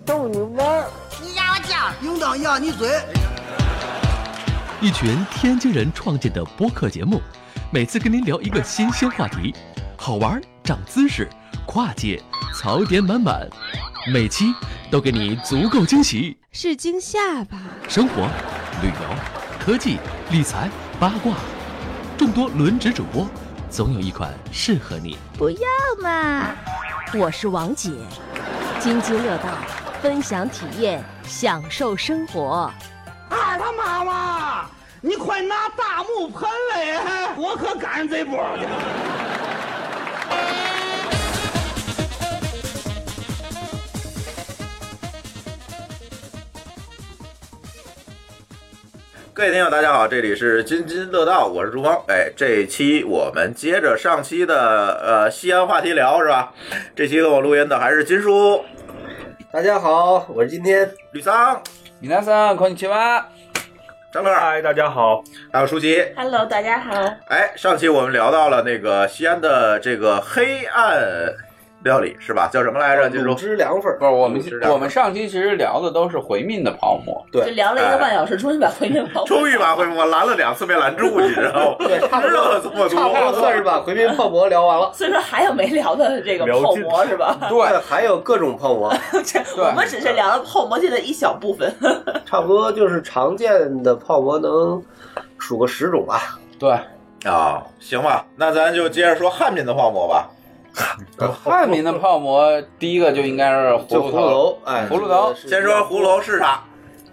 逗你玩。 你压我脚， 应当压你嘴。 一群天津人创建的播客节目，每次跟您聊一个新鲜话题，好玩、长姿势、跨界、槽点满满，每期都给你足够惊喜。 是惊吓吧？ 生活、旅游、科技、理财、八卦，众多轮值主播，总有一款适合你。 不要嘛！我是王姐，津津乐道，分享体验，享受生活。 二他妈妈，你快拿大木盆来，我可赶上这波去。 各位听友大家好，这里是津津乐道，我是朱芳。这一期我们接着上期的西安话题聊是吧？这期跟我录音的还是金叔。 大家好，我是今天吕桑。 皆さんこんにちは。 张乐。 嗨，大家好。 还有舒淇。 Hello， 大家好。 上期我们聊到了那个西安的这个黑暗料理是吧？叫什么来着？ 卤汁凉粉。 不是，我们上期其实聊的都是回民的泡馍， 对， 就聊了1个半小时，终于把回民泡馍， 终于把回民我拦了2次没拦住，你知道吗？ 对，差不多这么多， 差不多算是把回民泡馍聊完了。 所以说还有没聊的这个泡馍是吧？ 对，还有各种泡馍。 我们只是聊了泡馍界的一小部分， 差不多就是常见的泡馍能数个10种吧。 对啊，行吧，那咱就接着说汉民的泡馍吧。 汉民的泡馍，第一个就应该是葫芦头。葫芦头。 先说葫芦头是啥？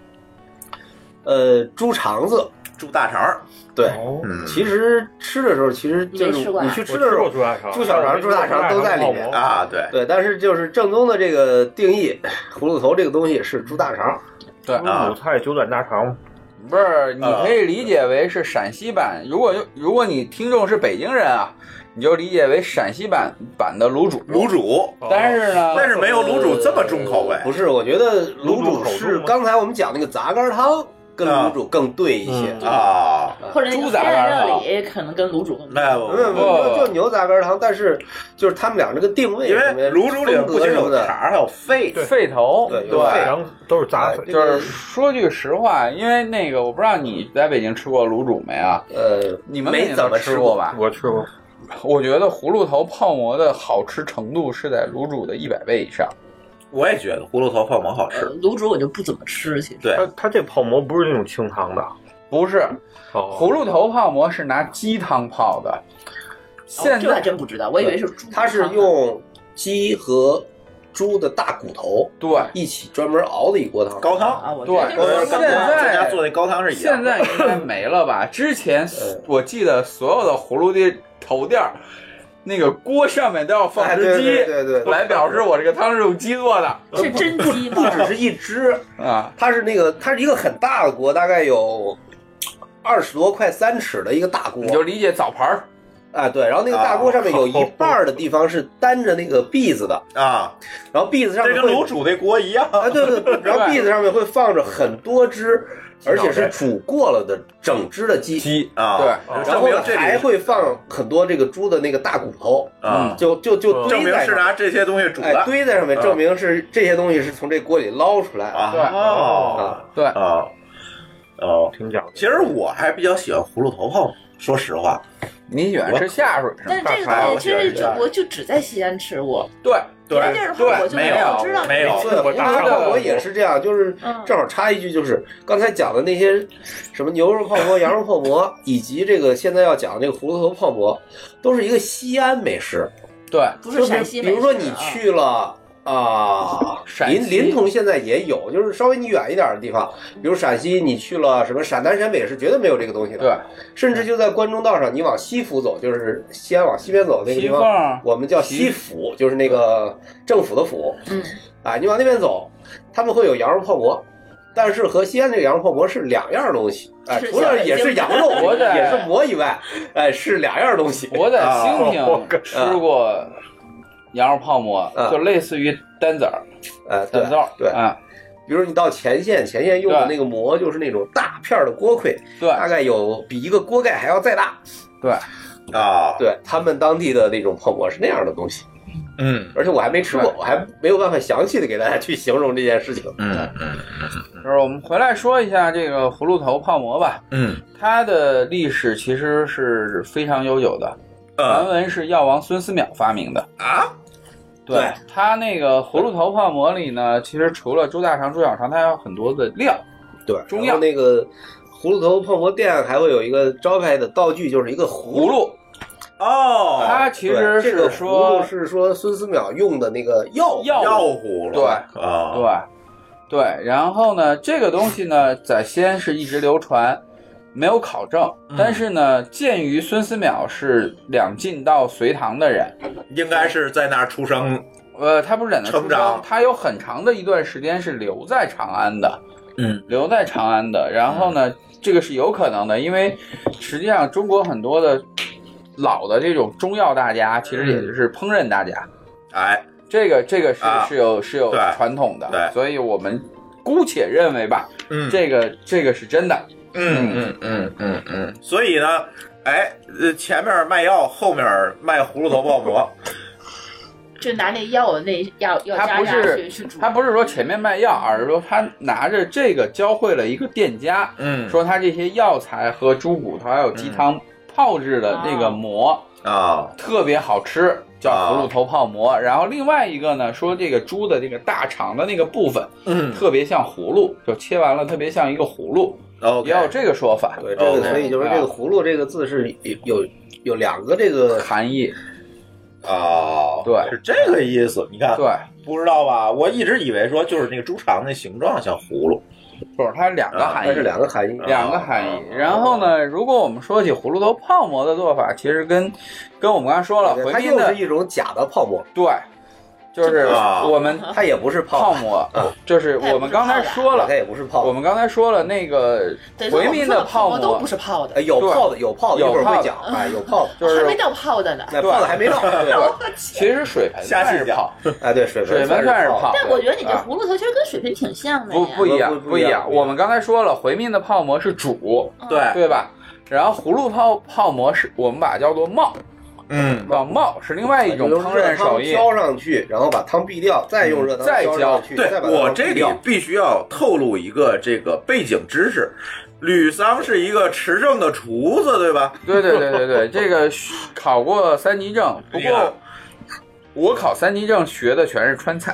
猪肠子， 猪大肠。 对，其实吃的时候，其实就是你去吃的时候，猪小肠、猪大肠都在里面啊。对对，但是就是正宗的这个定义，葫芦头这个东西是猪大肠。 对啊，鲁菜九转大肠。 不是，你可以理解为是陕西版。如果你听众是北京人啊，你就理解为陕西版的卤煮。 卤煮， 但是没有卤煮这么重口味。 不是，我觉得卤煮是刚才我们讲那个杂干汤跟卤煮更对一些啊， 或者猪杂干料理可能跟卤煮更对。就牛杂干汤，但是就是他们俩这个定位， 因为卤煮里不仅有肠，还有肺头， 对， 都是杂碎。 就是说句实话，因为那个我不知道你在北京吃过卤煮没啊？你们没怎么吃过吧？ 我吃过。 我觉得葫芦头泡馍的好吃程度是在卤煮的100倍以上。 我也觉得葫芦头泡馍好吃， 卤煮我就不怎么吃。其实对， 它这泡馍不是那种清汤的， 不是，葫芦头泡馍是拿鸡汤泡的。现在这还真不知道，我以为是猪。 它是用鸡和猪的大骨头对一起专门熬的一锅汤， 高汤啊， 对， 现在家做的高汤是一样。 现在应该没了吧？之前我记得所有的葫芦的头店那个锅上面都要放只鸡， 对， 来表示我这个汤是用鸡做的， 是真鸡吗？ 不只是一只啊， 它是一个很大的锅，大概有20多快3尺的一个大锅， 你就理解澡盆儿。 对，然后那个大锅上面有一半的地方是担着那个篦子的啊， 然后篦子上面这跟卤煮那锅一样对，然后篦子上面会放着很多只，而且是煮过了的整只的鸡啊， 对， 然后还会放很多这个猪的那个大骨头啊， 就证明是拿这些东西煮的， 堆在上面，证明是这些东西是从这锅里捞出来啊， 对啊， 挺讲究。 其实我还比较喜欢葫芦头泡馍，说实话。 你喜欢吃下水是吗？ 但是这个东西其实我就只在西安吃过， 对， 别的地儿我就没有知道。 没有， 我也是这样，就是正好插一句，就是刚才讲的那些什么牛肉泡馍、羊肉泡馍，以及这个现在要讲的这个葫芦头泡馍，都是一个西安美食。 对， 不是陕西美食。 比如说你去了。临潼现在也有，就是稍微你远一点的地方，比如陕西，你去了什么陕南陕北是绝对没有这个东西的。 对， 甚至就在关中道上，你往西府走，就是西安往西边走那个地方，我们叫西府，就是那个政府的府。你往那边走，他们会有羊肉泡馍，但是和西安这个羊肉泡馍是2样东西。除了也是羊肉，也是馍以外，是2样东西。 我在兴平吃过。羊肉泡馍就类似于担子儿，担子儿， 对，比如你到前线用的那个馍就是那种大片的锅盔， 对， 大概有比一个锅盖还要再大， 对， 对，他们当地的那种泡馍是那样的东西， 而且我还没吃过，我还没有办法详细的给大家去形容这件事情。 就是我们回来说一下这个葫芦头泡馍吧。它的历史其实是非常悠久的，传闻是药王孙思邈发明的啊。 对，它那个葫芦头泡馍里呢，其实除了猪大肠、猪小肠，它还有很多的料。 对， 中药那个葫芦头泡馍店还会有一个招牌的道具，就是一个葫芦。 哦， 它其实是说， 这个葫芦是说孙思邈用的那个药葫芦。 对啊，对。然后呢，这个东西呢，在西安是一直流传，没有考证。但是呢，鉴于孙思邈是两晋到隋唐的人， 应该是在那儿出生。 他不是在那出生，他有很长的一段时间是留在长安的。留在长安的。然后呢，这个是有可能的，因为实际上中国很多的老的这种中药大家，其实也就是烹饪大家。这个是有传统的， 对， 所以我们姑且认为吧，这个是真的。 所以呢，前面卖药，后面卖葫芦头泡馍。 就拿那药要加下去去煮。 他不是说前面卖药，而是说他拿着这个教会了一个店家，说他这些药材和猪骨头还有鸡汤泡制的那个馍特别好吃，叫葫芦头泡馍。然后另外一个呢，说这个猪的这个大肠的那个部分，特别像葫芦，就切完了特别像一个葫芦，也有这个说法。 对，这个所以就是这个葫芦这个字是有两个这个含义。 对，是这个意思。你看， 对， 不知道吧？我一直以为说就是那个猪肠那形状像葫芦， 不是，它是两个含义， 它是两个含义， 两个含义。然后呢，如果我们说起葫芦头泡馍的做法，其实跟我们刚才说了， 它又是一种假的泡馍。 对。就是我们它也不是泡馍，就是我们刚才说了， 它也不是泡。 我们刚才说了那个回民的泡馍都不是泡的， 有泡的，有泡的，一会儿会讲。有泡的， 就是还没到泡的呢， 泡的还没到。 其实水盆算是泡， 对，水盆算是泡。 但我觉得你这葫芦头其实跟水盆挺像的呀。 不一样。我们刚才说了，回民的泡馍是煮，对吧？然后葫芦泡馍是我们把它叫做冒。冒是另外一种烹饪手艺， 浇上去，然后把汤避掉，再用热汤再浇上去。 对，我这里必须要透露一个这个背景知识，吕桑是一个持证的厨子，对吧？ 对，这个考过3级证，不过我考3级证学的全是川菜。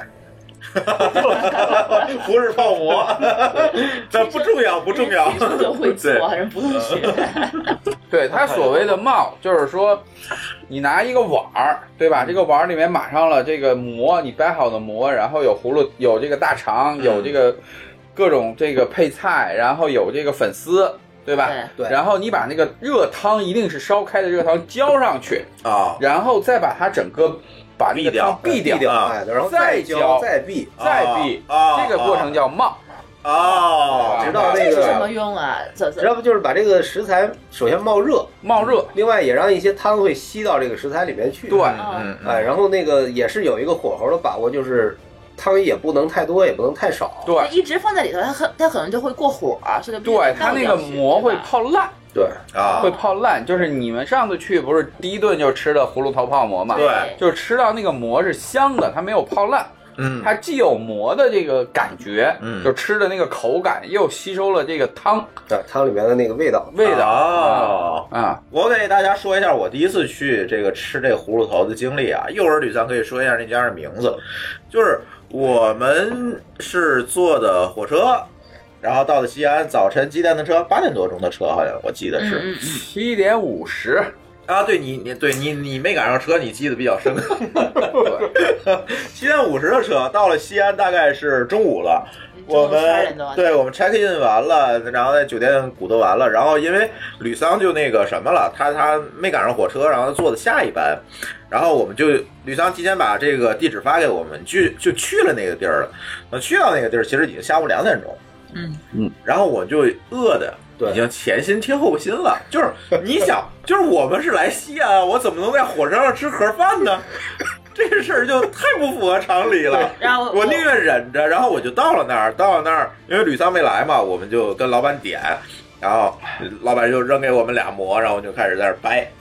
不是泡馍，这不重要，不重要。 就会做，人不用学。 对，他所谓的冒，就是说，你拿一个碗儿，对吧？这个碗里面码上了这个馍，你掰好的馍，然后有葫芦，有这个大肠，有这个各种这个配菜，然后有这个粉丝，对吧？ 对。 然后你把那个热汤，一定是烧开的热汤浇上去然后再把它整个。把那个汤避掉， 然后再浇， 再避， 这个过程叫冒。 直到那个这是什么用啊？ 要不就是把这个食材首先冒热，另外也让一些汤会吸到这个食材里面去。 对， 然后那个也是有一个火候的把握，就是汤也不能太多，也不能太少。 对， 一直放在里头，它可能就会过火啊，是的。 对，它那个馍会泡烂。 对会泡烂，就是你们上次去不是第一顿就吃的葫芦头泡馍嘛？ 对， 就是吃到那个馍是香的，它没有泡烂。它既有馍的这个感觉，就吃的那个口感，又吸收了这个汤里面的那个味道。 我给大家说一下我第一次去这个吃这个葫芦头的经历啊。一会儿吕桑可以说一下那家的名字，就是我们是坐的火车。然后到了西安，早晨几点的车？8点多钟的车，好像我记得是 7点50 啊。对你没赶上车，你记得比较深。7点50的车到了西安，大概是中午了。我们 check in 完了，然后在酒店鼓捣完了，然后因为吕桑就那个什么了，他没赶上火车，然后他坐的下一班，然后我们就吕桑提前把这个地址发给我们，就去了那个地儿了。去到那个地儿，其实已经下午2点钟。然后我就饿的已经前心贴后心了，就是你想，就是我们是来西安，我怎么能在火车上吃盒饭呢？这个事儿就太不符合常理了。 然后我宁愿忍着，然后我就到了那儿，因为吕桑没来嘛，我们就跟老板点，然后老板就扔给我们俩馍，然后我就开始在那儿掰。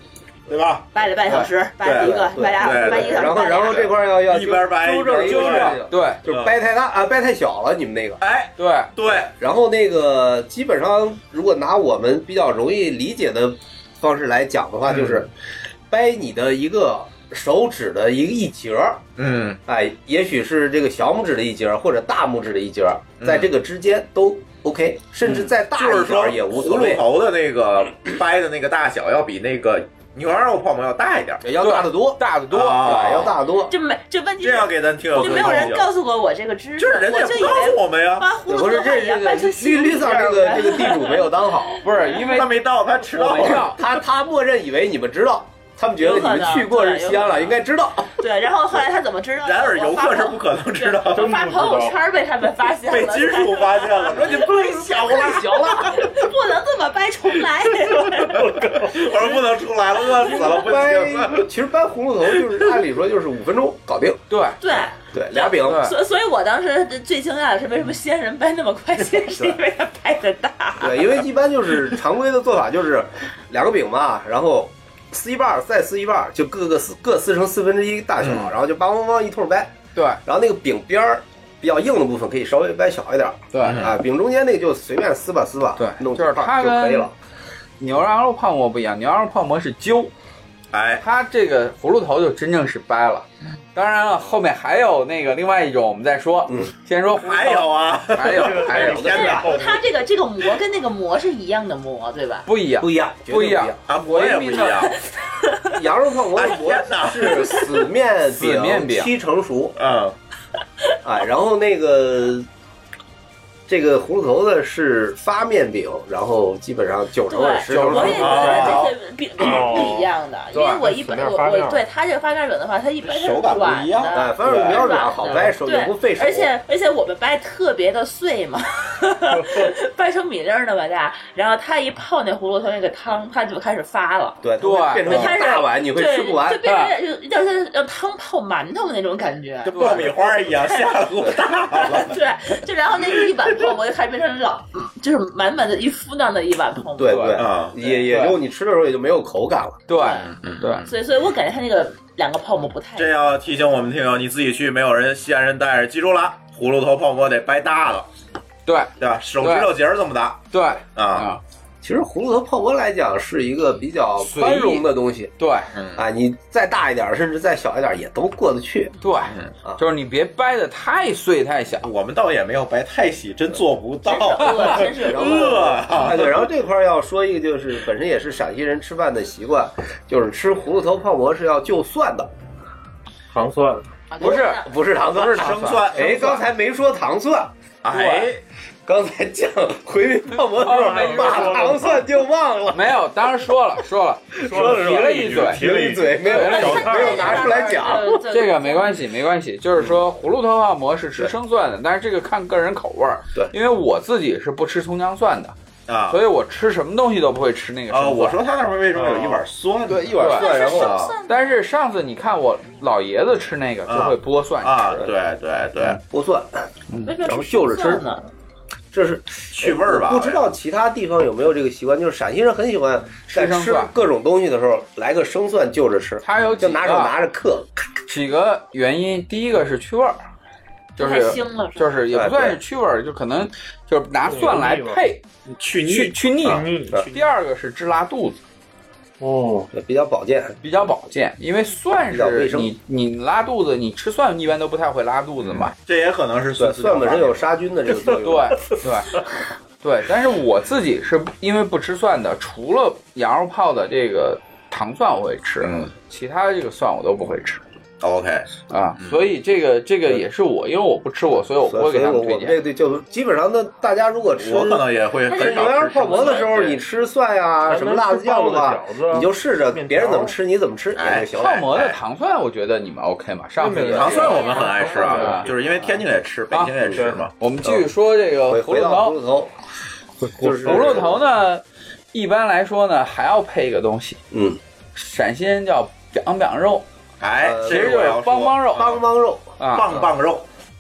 对吧？ 掰了半小时，掰了一个，掰俩，掰1个小时。 然后这块要一边掰纠正一个， 对， 就是掰太大啊，掰太小了，你们那个。 哎， 对。 然后那个基本上，如果拿我们比较容易理解的方式来讲的话，就是掰你的一个手指的一节，哎，也许是这个小拇指的一节，或者大拇指的一节，在这个之间都 OK， 甚至再大一点也无所谓。 葫芦头的那个掰的那个大小要比那个牛羊肉泡馍要大一点， 要大得多， 大得多， 要大得多。 这问题这样给咱听友就没有人告诉过我这个知识， 就是人家不告诉我们呀。 不是这个绿色这个地主没有当好， 不是因为他没到，他迟到了，他默认以为你们知道。他们觉得你们去过西安了，应该知道。 对，然后后来他怎么知道？ 然而游客是不可能知道， 我发朋友圈被他们发现了， 被金属发现了，说你掰小了， 不能这么掰，重来。 我说不能重来了，饿死了，不行。 其实掰葫芦头就是按理说就是5分钟搞定。 对俩饼。 所以我当时最惊讶的是，为什么西安人掰那么快？是因为他掰的大。 对，因为一般就是常规的做法就是2个饼嘛，然后撕一半，再撕一半，就各撕成1/4大小，然后就梆一通掰。 对， 然后那个饼边儿比较硬的部分可以稍微掰小一点。 对啊，饼中间那个就随便撕吧， 对， 弄就是它就可以了。 牛羊肉泡馍不一样，牛羊肉泡馍是揪， 哎， 它这个葫芦头就真正是掰了。当然了，后面还有那个另外一种，我们再说。先说还有啊， 还有。 它这个馍跟那个馍是一样的馍，对吧？ 不一样啊，馍也不一样。 羊肉泡馍的馍是死面饼，7成熟。哎，然后那个这个葫芦头的是发面饼，然后基本上9成或者10成。 我也觉得这些饼不一样的，因为我对它这个发面饼的话，它一般是软的， 哎，发面饼比较软，好掰，手也不费手。 而且我们掰特别的碎嘛，掰成米粒儿那么大，然后它一泡那葫芦头那个汤，它就开始发了。 对，变成一大碗，你会吃不完， 就变成像汤泡馒头那种感觉， 跟爆米花一样，下了锅大了。 对，就然后那一碗泡馍就开始变成就是满满的一敷那的一碗泡馍。 对啊，也就你吃的时候也就没有口感了。 对。 所以我感觉它那个2个泡馍不太。 这要提醒我们听友，你自己去，没有人西安人带着，记住了，葫芦头泡馍得掰大了。对吧？手指头节这么大。 对啊。 其实葫芦头泡馍来讲是一个比较宽容的东西， 对， 啊，你再大一点，甚至再小一点也都过得去， 对，就是你别掰得太碎太小， 我们倒也没有掰太细，真做不到， 真是饿。对，然后这块要说一个，就是本身也是陕西人吃饭的习惯，就是吃葫芦头泡馍是要就蒜的， 糖蒜， 不是糖蒜， 是生蒜。 哎，刚才没说糖蒜， 哎。 刚才讲回民泡馍的时候，把糖蒜就忘了。 没有，当时说了，提了一嘴，没有拿出来讲。 这个没关系，就是说葫芦头泡馍是吃生蒜的，但是这个看个人口味儿。 对， 因为我自己是不吃葱姜蒜的啊， 所以我吃什么东西都不会吃那个生蒜。 我说他那边为什么有一碗蒜？ 对，一碗蒜，然后但是上次你看我老爷子吃那个就会剥蒜啊，对， 剥蒜，然后就着吃呢。这是去味儿吧？ 不知道其他地方有没有这个习惯，就是陕西人很喜欢在吃各种东西的时候来个生蒜就着吃。 他有就拿着嗑， 几个原因。第一个是去味儿，就是也不算是去味儿，就可能就是拿蒜来配去腻。第二个是治拉肚子。 哦，比较保健， 因为蒜是你拉肚子，你吃蒜一般都不太会拉肚子嘛。 这也可能是蒜本身有杀菌的这个作用。 对，但是我自己是因为不吃蒜的，除了羊肉泡的这个糖蒜我会吃，其他这个蒜我都不会吃。 OK 啊，所以这个也是我，因为我不吃所以我不会给他们推荐。 对，就基本上的大家如果吃， 我可能也会很少吃。 牛羊肉泡馍的时候，你吃蒜呀、什么辣子酱的话，你就试着别人怎么吃你怎么吃也就行了。 泡馍的糖蒜，我觉得你们 OK 吗？上回糖蒜我们很爱吃啊，就是因为天津也吃，北京也吃嘛。 我们继续说这个葫芦头。葫芦头呢，一般来说呢还要配一个东西，陕西人叫biang biang肉。 哎， 其实就是邦邦肉， 邦邦肉啊，棒棒肉，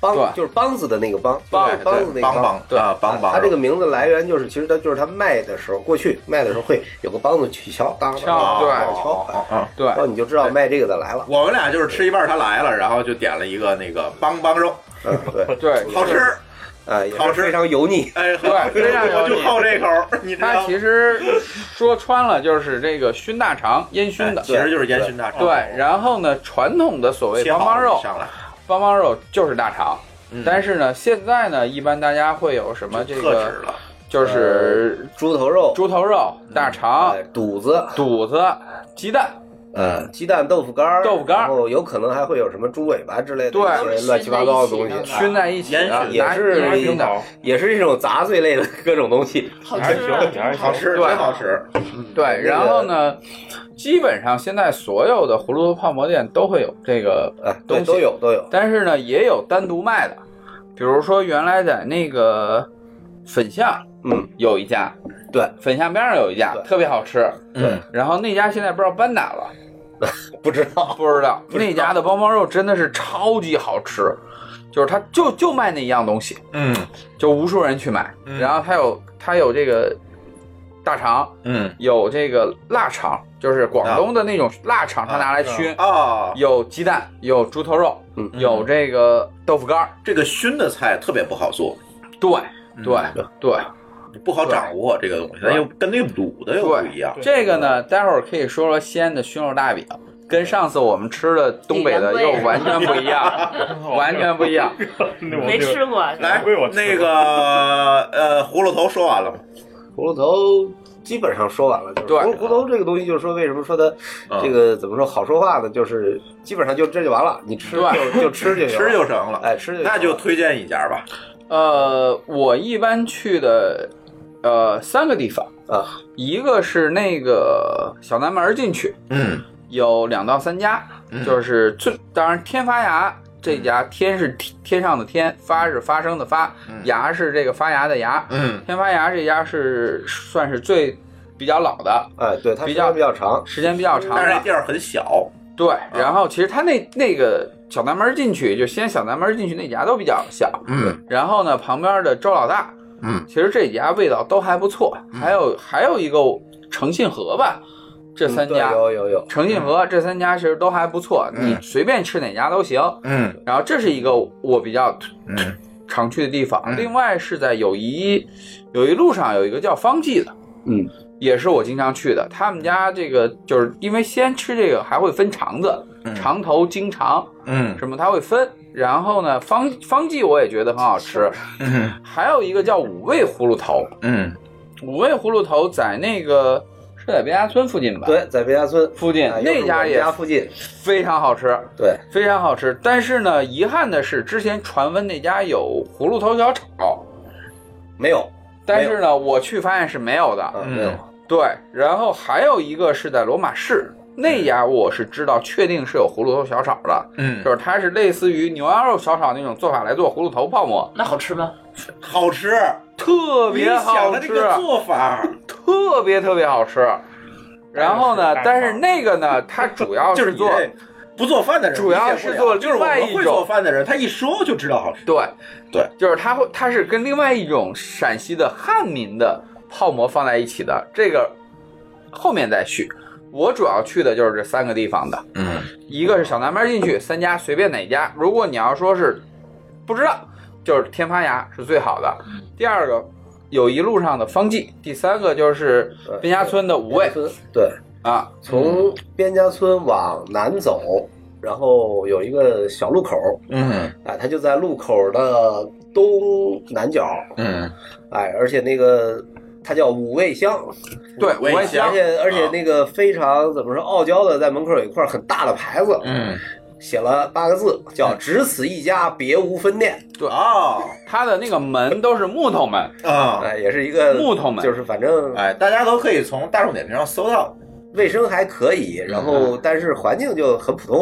梆就是梆子的那个梆子那个梆对啊梆。 它这个名字来源就是其实它就是它卖的时候，过去卖的时候会有个梆子去敲，当敲对， 然后你就知道卖这个的来了。 我们俩就是吃一半他来了，然后就点了一个那个梆肉， 对， 好吃。 好吃，非常油腻， 哎， 对，非常油腻， 我就好这口。你知道， 它其实说穿了就是这个熏大肠，烟熏的， 其实就是烟熏大肠。 对，然后呢，传统的所谓梆肉就是大肠，但是呢，现在呢，一般大家会有什么这个，就是猪头肉、 大肠、 肚子、 鸡蛋。 鸡蛋、豆腐干，然后有可能还会有什么猪尾巴之类的一些乱七八糟的东西熏在一起， 也是这种杂碎类的各种东西， 好吃， 真好吃。 对，然后呢，基本上现在所有的葫芦头泡馍店都会有这个东西， 都有， 但是呢，也有单独卖的，比如说原来在那个粉巷，有一家， 对， 粉巷边上有一家，特别好吃，然后那家现在不知道搬哪了。 不知道那家的梆肉真的是超级好吃，就是他就卖那一样东西，就无数人去买，然后他有这个大肠，有这个腊肠，就是广东的那种腊肠，他拿来熏啊， 有鸡蛋，有猪头肉，有这个豆腐干， 这个熏的菜特别不好做， 对。 不好掌握这个东西，它又跟那卤的又不一样。 这个呢，待会儿可以说说西安的熏肉大饼，跟上次我们吃的东北的又完全不一样，完全不一一样。 没吃过。 来，那个葫芦头说完了吗？ 葫芦头基本上说完了。就是葫芦头这个东西，就是说为什么说它这个怎么说好说话呢？就是基本上就这就完了，你吃就吃就行， 吃就成了。 哎，吃就行。 那就推荐一家吧。 我一般去的。3个地方啊， 一个是那个小南门进去，有2到3家，就是当然天发芽这家，天是天上的天，发是发生的发，芽是这个发芽的芽，天发芽这家是算是最比较老的， 哎，对，它时间比较长， 但是那地儿很小， 对，然后其实它那个小南门进去，就先小南门进去那家都比较小，然后呢旁边的周老大。其实这几家味道都还不错，还有一个诚信和吧，这3家有诚信和这3家其实都还不错，你随便吃哪家都行。然后这是一个我比较常去的地方。另外是在友谊路上有一个叫方记的，也是我经常去的。他们家这个就是因为西安吃这个还会分肠子，肠头、经肠，什么它会分。然后呢，方记我也觉得很好吃，还有一个叫五味葫芦头，五味葫芦头在那个是在别家村附近吧？ 对，在别家村附近，那家也附近非常好吃， 对， 非常好吃。但是呢，遗憾的是，之前传闻那家有葫芦头小炒， 没有。 但是呢，我去发现是没有的， 没有。 对，然后还有一个是在罗马市。那家我是知道，确定是有葫芦头小炒的，就是它是类似于牛羊肉小炒那种做法来做葫芦头泡馍。 那好吃吗？ 好吃， 特别好吃。 这个做法特别好吃。然后呢，但是那个呢，它主要是做不做饭的人， 主要是做另外一种会做饭的人，他一说就知道好吃。 对，就是它是跟另外一种陕西的汉民的泡馍放在一起的，这个后面再续。我主要去的就是这3个地方的，一个是小南门进去，3家随便哪家。如果你要说是不知道，就是天发芽是最好的。第二个友谊路上的方记，第3个就是边家村的五味。 对啊， 从边家村往南走，然后有一个小路口，它就在路口的东南角，而且那个。它叫五味香， 对，五味香， 而且那个非常怎么说傲娇的，在门口有一块很大的牌子，写了8个字，叫"只此一家，别无分店"。 对它的那个门都是木头门也是一个木头门， 就是反正大家都可以从大众点评上搜到， 卫生还可以，然后但是环境就很普通。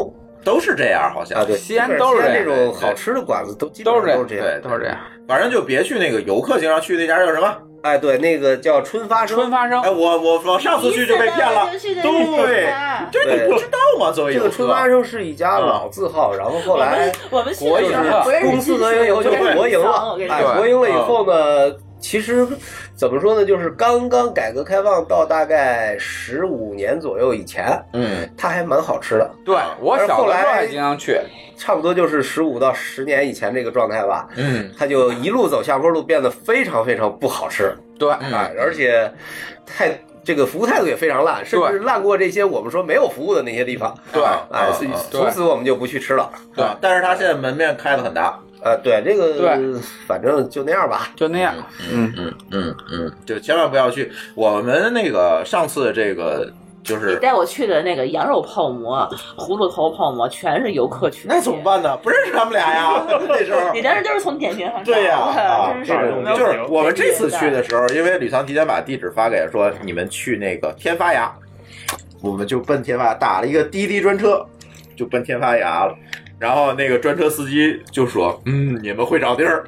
都是这样，好像啊，对， 西安都是这种好吃的馆子都基本上都是这样， 都是这样。 反正就别去那个游客经常去那家叫什么？ 哎，对，那个叫春发生。 哎，我上次去就被骗了。对，这你不知道吗？作为这个春发生是一家老字号，然后后来我们国营公司合营以后就国营了。哎，国营了以后呢，其实怎么说呢，就是刚刚改革开放到大概15年左右以前，它还蛮好吃的。 对，我小的时候还经常去。 差不多就是15到10年以前这个状态吧，它就一路走下坡路，变得非常非常不好吃。 对， 而且这个服务态度也非常烂，甚至烂过这些我们说没有服务的那些地方。 对， 哎，从此我们就不去吃了。 对，但是他现在门面开得很大。 对，这个反正就那样吧， 就那样。 就千万不要去。我们那个上次这个。就是你带我去的那个羊肉泡馍、葫芦头泡馍，全是游客去。 那怎么办呢？不认识他们俩呀，那时候。 你当时都是从点评上。 对呀， 就是我们这次去的时候，因为吕桑提前把地址发给说你们去那个天发崖，我们就奔天发崖打了一个滴滴专车，就奔天发崖了。然后那个专车司机就说：“你们会找地儿。”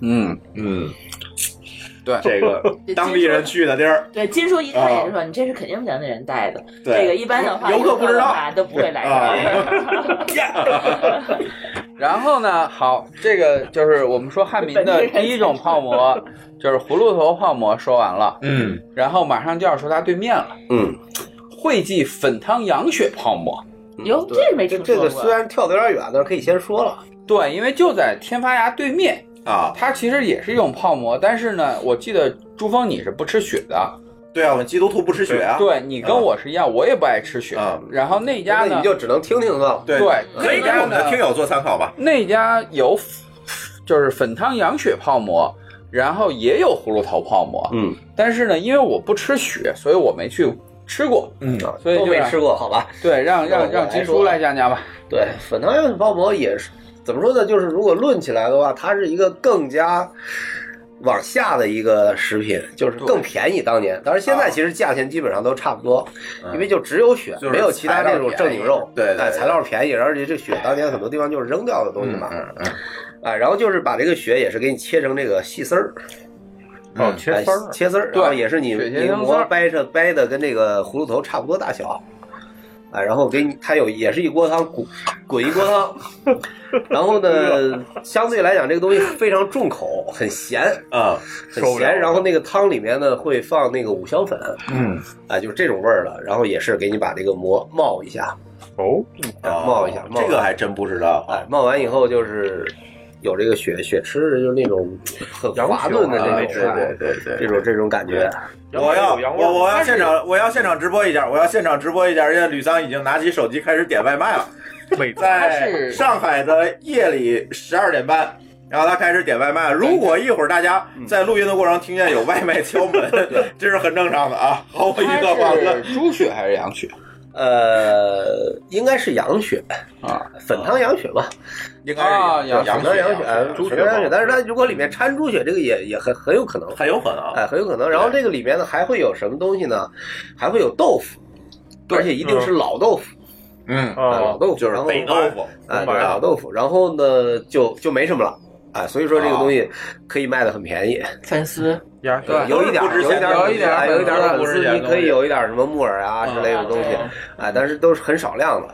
对，这个当地人去的地儿。 对，金叔一看也是说，你这是肯定咱的人带的。这个一般的话， 游客不知道都不会来的。 然后呢，好，这个就是我们说汉民的第一种泡馍，就是葫芦头泡馍，说完了。然后马上就要说它对面了。惠记粉汤羊血泡馍。 哟，这没听说过。 这个虽然跳得有点远，但是可以先说了。 对，因为就在天发崖对面。它其实也是一种泡馍，但是呢，我记得朱峰你是不吃血的。 对啊，我们基督徒不吃血啊。 对，你跟我是一样，我也不爱吃血。然后那家呢， 你就只能听听了。 对，可以给我们的听友做参考吧。 那家有就是粉汤羊血泡馍，然后也有葫芦头泡馍。但是呢，因为我不吃血，所以我没去吃过。所以都没吃过，好吧？ 对，让金叔来讲讲吧。 对，粉汤羊血泡馍也是。怎么说呢？就是如果论起来的话，它是一个更加往下的一个食品，就是更便宜。当年，当然现在其实价钱基本上都差不多，因为就只有血，没有其他这种正经肉。 对， 材料便宜，而且这血当年很多地方就是扔掉的东西嘛。然后就是把这个血也是给你切成这个细丝儿。切丝儿，然后也是你那个馍掰的跟这个葫芦头差不多大小。然后给你，它也是一锅汤，滚一锅汤，然后呢，相对来讲这个东西非常重口，很咸很咸。然后那个汤里面呢会放那个五香粉，就是这种味儿的。然后也是给你把这个馍冒一下，冒一下， 这个还真不知道。 冒完以后就是有这个血吃，就是那种很滑润的那种，对，这种感觉。 我要现场直播一下，因为吕桑已经拿起手机开始点外卖了。在上海的夜里12点半，然后他开始点外卖。如果一会儿大家在录音的过程听见有外卖敲门，这是很正常的啊。毫无疑问， 是猪血还是羊血？ 应该是羊血粉汤羊血吧， 应该是羊血，猪血，但是它如果里面掺猪血，这个也很有可能， 很有可能， 很有可能。然后这个里面呢还会有什么东西呢？还会有豆腐，而且一定是老豆腐，老豆腐就是北豆腐， 老豆腐。然后呢就没什么了，所以说这个东西可以卖的很便宜， 粉丝。 对，有一点粉丝，你可以有一点什么木耳啊之类的东西，但是都是很少量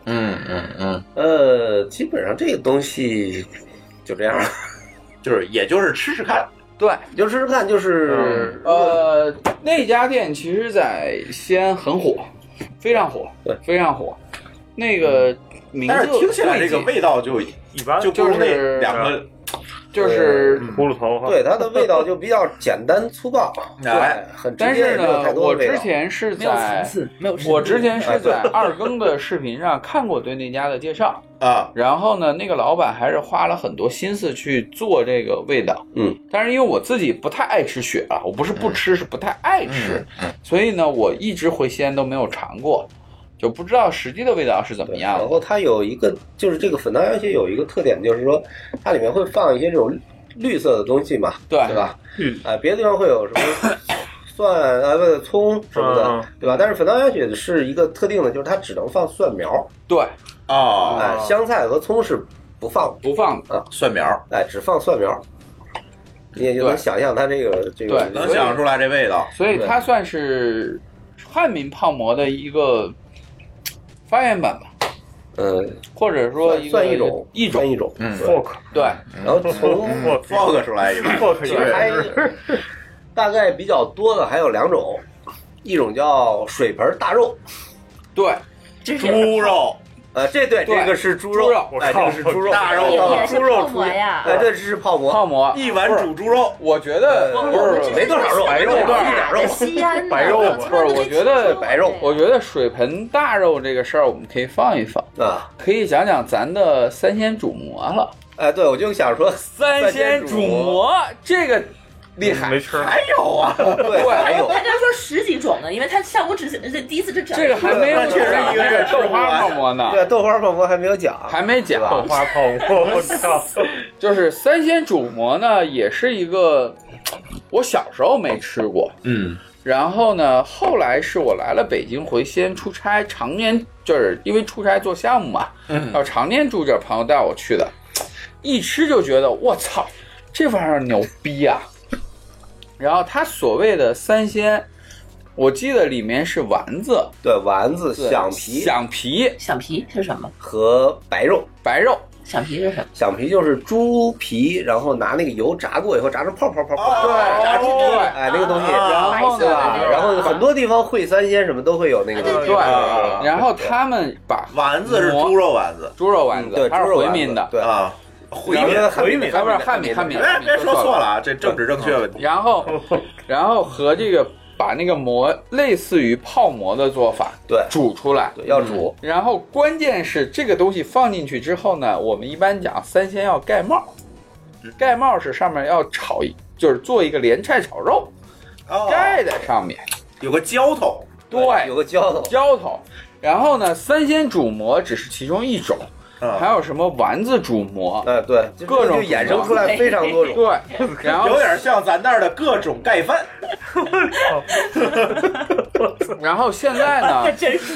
的。基本上这个东西就这样， 也就是吃吃看， 对， 就吃吃看，就是那家店其实在西安很火，非常火，对，非常火。那个名字， 但是听起来这个味道就一般，就不如那两个。 就是葫芦头， 对它的味道就比较简单粗暴，对，很直接。 但是呢，我之前是在二更的视频上看过对那家的介绍然后呢，那个老板还是花了很多心思去做这个味道，但是因为我自己不太爱吃血我不是不吃，是不太爱吃，所以呢，我一直回西安都没有尝过。就不知道实际的味道是怎么样的。 然后它有一个，就是这个粉汤羊血有一个特点，就是说它里面会放一些这种绿色的东西嘛，对吧？别的地方会有什么蒜葱什么的，对吧？但是粉汤羊血是一个特定的，就是它只能放蒜苗， 对， 哦， 哎，香菜和葱是不放啊， 蒜苗， 哎，只放蒜苗。你也就能想象它这个对， 能想出来这味道， 所以它算是汉民泡馍的一个发源版吧。或者说算一种， folk 对， 然后从 folk 出来一个 folk 还大概比较多的还有2种，一种叫水盆大肉， 对， 猪肉。 这个是猪肉，哎，这个是猪肉， 大肉猪肉出呀，哎，这是泡馍， 一碗煮猪肉， 我觉得不是没多少肉，白肉一点肉， 白肉不是，我觉得白肉， 我觉得水盆大肉这个事儿我们可以放一放啊， 可以讲讲咱的三鲜煮馍了。 哎，对，我就想说三鲜煮馍这个。厉害， 没吃， 还有啊， 对，还有。 他刚说10几种呢，因为他项目这第一次讲这个还没有讲这个豆花泡馍呢。 对，豆花泡馍还没有讲， 还没讲豆花泡馍，我操！ 就是三鲜煮馍呢，也是一个我小时候没吃过，然后呢，后来是我来了北京回西安出差，常年就是因为出差做项目嘛，要常年住这，朋友带我去的，一吃就觉得我操，这玩意儿牛逼啊！然后它所谓的三鲜，我记得里面是丸子， 对，丸子、响皮是什么？ 和白肉。 响皮是什么？ 响皮就是猪皮，然后拿那个油炸过以后炸成泡， 对， 炸猪皮，哎，那个东西， 然后对吧？然后很多地方烩三鲜什么都会有那个东西， 对。然后他们把丸子是猪肉丸子， 对， 它是回民的， 对啊。 回民， 不是汉民， 别说错了啊，这政治正确问题。 然后和这个把那个馍类似于泡馍的做法， 对， 煮出来， 对，要煮。 然后关键是这个东西放进去之后呢，我们一般讲三鲜要盖帽，盖帽是上面要炒就是做一个莲菜炒肉，盖在上面， 有个浇头， 对， 有个浇头。然后呢，三鲜煮馍只是其中一种。还有什么丸子煮馍？ 对， 各种就衍生出来非常多种。 对，然后有点像咱那儿的各种盖饭。 然后现在呢，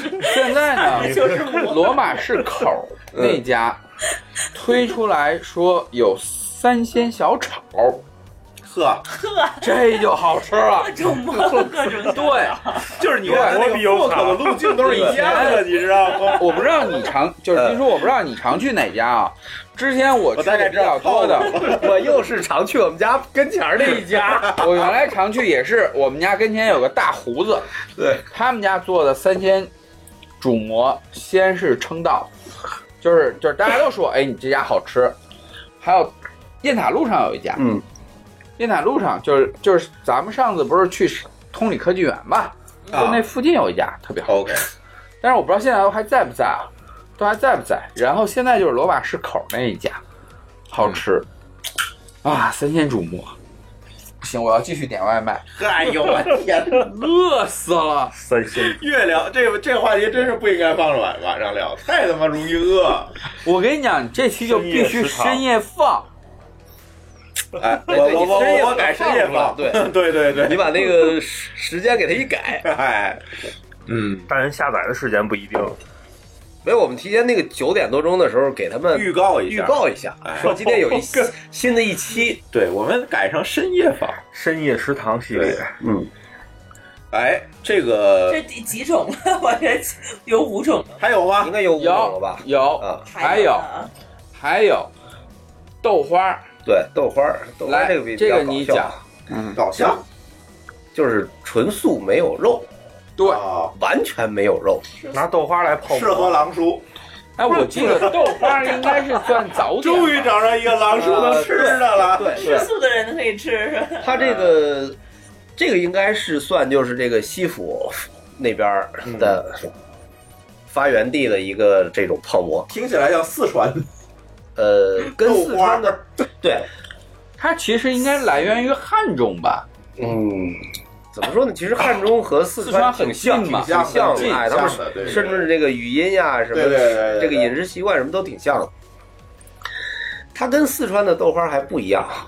罗马市口那家推出来说有三鲜小炒。 呵， 这就好吃了， 各种馍，各种对， 就是你看那个破口的路径都是一样的，你知道吗？ 我不知道你就是听说我不知道你常去哪家啊？之前我去的比较多的， 我又是常去我们家跟前那一家。 我原来常去也是我们家跟前有个大胡子， 对他们家做的三鲜煮馍先是称道，就是大家都说，哎，你这家好吃。还有雁塔路上有一家，雁塔路上就是咱们上次不是去通理科技园吧？就那附近有一家特别好。 OK， 但是我不知道现在都还在不在啊？都还在不在？然后现在就是罗马市口那一家，好吃啊！三鲜煮馍，不行，我要继续点外卖。 哎呦我天， 饿死了！ 三鲜越聊这个话题真是不应该放晚上聊，太他妈容易饿。 我跟你讲，这期就必须深夜放。 哎，我改深夜放，对， 你把那个时间给它一改， 哎， 但人下载的时间不一定。 没有，我们提前那个9点多钟的时候给他们预告一下， 说今天有新的一期， 对我们改成深夜放， 深夜食堂系列。 哎，这第几种了？我这有5种， 还有吗？ 应该有5种了吧？ 有，还有豆花。 对，豆花这个比较这个你讲， 搞笑， 就是纯素没有肉， 对， 完全没有肉， 拿豆花来泡， 适合狼叔。 哎，我记得豆花应该是算早点， 终于找着一个狼叔能吃的了。 对， 吃素的人可以吃是吧？ 他这个应该是算就是这个西府那边的发源地的一个这种泡馍， 听起来像四川。 跟四川的对， 它其实应该来源于汉中吧？ 怎么说呢？其实汉中和四川很像嘛， 挺像的，哎，他们甚至这个语音呀什么，这个饮食习惯什么都挺像的。它跟四川的豆花还不一样，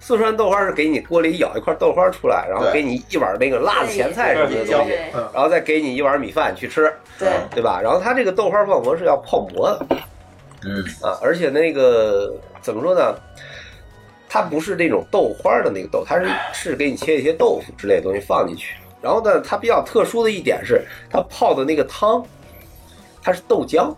四川豆花是给你锅里舀一块豆花出来，然后给你一碗那个辣子咸菜什么的东西，然后再给你一碗米饭去吃，对吧？然后它这个豆花泡馍是要泡馍的，而且那个怎么说呢？它不是那种豆花的那个豆，它是给你切一些豆腐之类的东西放进去。然后呢，它比较特殊的一点是，它泡的那个汤，它是豆浆。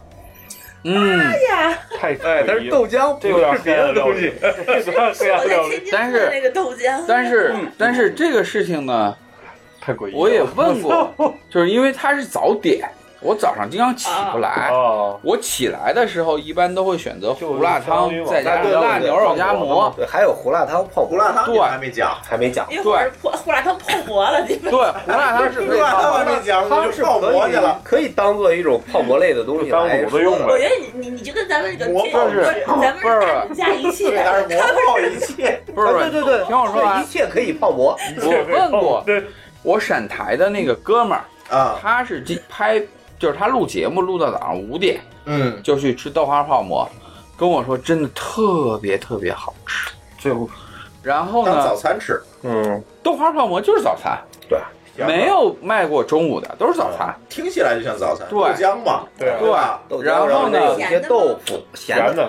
太它是豆浆，不是别的东西。 但是那个豆浆， 但是这个事情呢， 太诡异了。 我也问过，就是因为它是早点，我早上经常起不来。我起来的时候一般都会选择胡辣汤，再加辣牛肉夹馍。 对，还有胡辣汤泡胡辣汤，对，还没讲。 对，胡辣汤泡馍了，对， 胡辣汤是可以泡馍，没讲， 汤是泡馍去了，可以当做一种泡馍类的东西来用。 我觉得你就跟咱们这个咱们加一切， 他是馍泡一切， 不是， 对， 听我说完， 一切可以泡馍。 我问过我陕台的那个哥们儿啊，他是拍。就是他录节目录到早上5点，就去吃豆花泡馍，跟我说真的特别特别好吃。然后呢， 当早餐吃， 豆花泡馍就是早餐， 对， 没有卖过中午的，都是早餐。 听起来就像早餐， 对， 豆浆嘛， 对。然后呢， 有一些豆腐，咸的，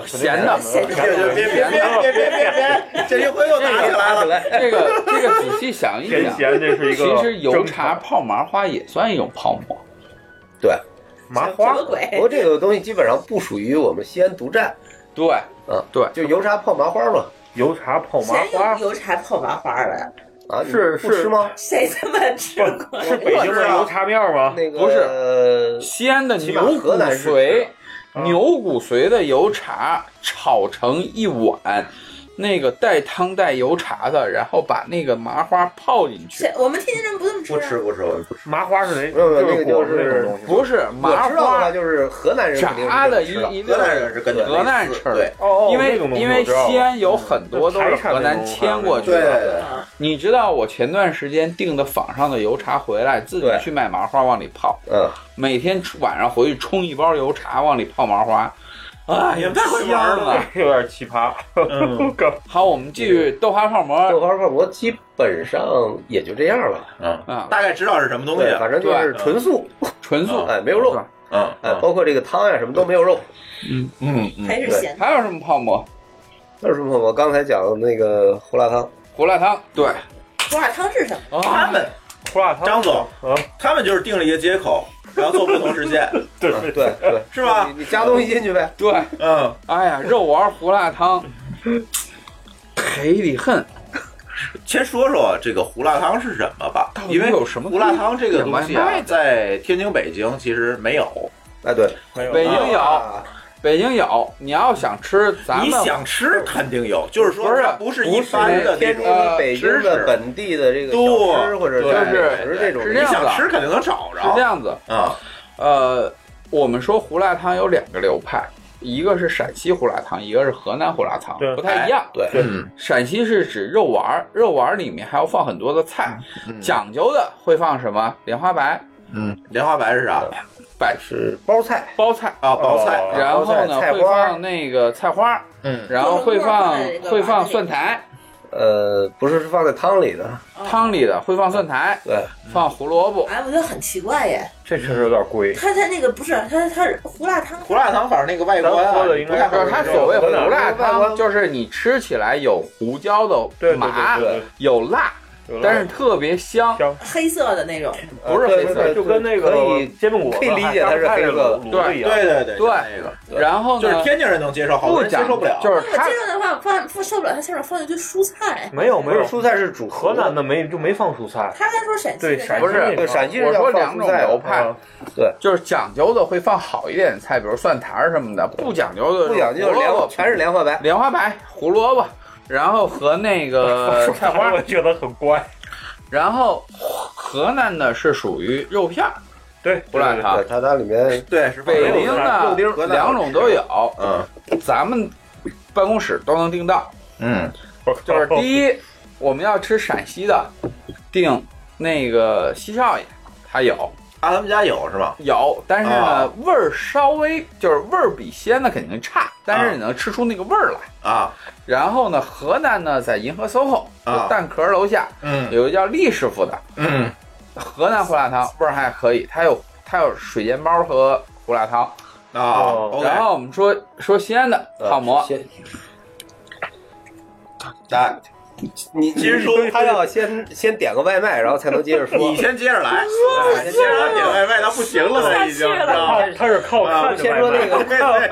别，这一回又打起来了。 这个仔细想一想，其实油茶泡麻花也算一种泡馍。 对， 麻花。不过这个东西基本上不属于我们西安独占。 对，对， 就油茶泡麻花嘛。 油茶泡麻花， 油茶泡麻花的啊？是吃吗？ 谁这么吃过？ 是北京的油茶面吗？ 那个不是，西安的牛骨髓的油茶炒成一碗。那个带汤带油茶的，然后把那个麻花泡进去。 我们天津人不这么吃。 不吃。 麻花是哪？ 那个就是不是麻花， 就是河南人炸的一河南人是跟河南吃的。因为西安有很多都是河南迁过去的。你知道我前段时间订的坊上的油茶回来，自己去买麻花往里泡。每天晚上回去冲一包油茶往里泡麻花。哎呀，太会玩了， 有点奇葩。 好，我们继续豆花泡馍。 豆花泡馍基本上也就这样了。 大概知道是什么东西， 反正就是纯素，哎，没有肉。包括这个汤呀什么都没有肉。 还是咸。 还有什么泡馍？ 还有什么泡馍？刚才讲的那个胡辣汤。 胡辣汤，对。 胡辣汤是什么？ 他们胡辣汤， 张总，他们就是定了一个接口。然后做不同实现， 对， 是吧？ 你加东西进去呗。 对，哎呀，肉丸胡辣汤，忒得很。 先说说这个胡辣汤是什么吧，因为有什么胡辣汤这个东西啊，在天津、北京其实没有。 哎，对， 北京有。北京有，你要想吃， 你想吃肯定有，就是说不是一般的天津、北京的本地的这个小吃或者是这种， 是这样子， 你想吃肯定能找着。 是这样子啊，我们说胡辣汤有2个流派，一个是陕西胡辣汤，一个是河南胡辣汤，不太一样。 对， 陕西是指肉丸，肉丸里面还要放很多的菜，讲究的会放什么？莲花白。 莲花白是啥？ 是包菜啊，包菜。 然后呢，会放那个菜花，然后会放蒜苔。 不是放在汤里的， 会放蒜苔， 对， 放胡萝卜。 哎，我觉得很奇怪耶， 这确实有点贵。 他那个不是他胡辣汤， 反正那个外观啊， 应该是他所谓胡辣汤，就是你吃起来有胡椒的麻，有辣。但是特别香， 黑色的那种， 不是黑色， 就跟那个煎饼果子， 可以理解它是黑色， 对，然后呢， 就是天津人能接受，好多人接受不了。 就是他接受的话，受不了，他下面放一堆蔬菜。 没有， 蔬菜是主河南的没放蔬菜。 他还说陕西， 对， 不是对陕西人我说2种流派， 对， 就是讲究的会放好一点的菜，比如蒜苔什么的，不讲究的全是莲花白、 胡萝卜。然后和那个菜花， 我觉得很怪。 然后河南的是属于肉片， 对， 胡辣汤， 它里面对是北京的2种都有，咱们办公室都能订到，就是第一，我们要吃陕西的，订那个西少爷，他有， 啊，他们家有是吧？ 有，但是呢，味儿稍微就是味儿比西安的肯定差，但是你能吃出那个味儿来啊。 然后呢，河南呢在银河 SOHO 就蛋壳楼下，有一个叫厉师傅的，河南胡辣汤味儿还可以，它有水煎包和胡辣汤啊。 然后我们说西安的泡馍， 来。 你先说，他要先点个外卖，然后才能接着说。 你先接着来，先让他点外卖，他不行了，他已经。 他是靠看的。 先说那个，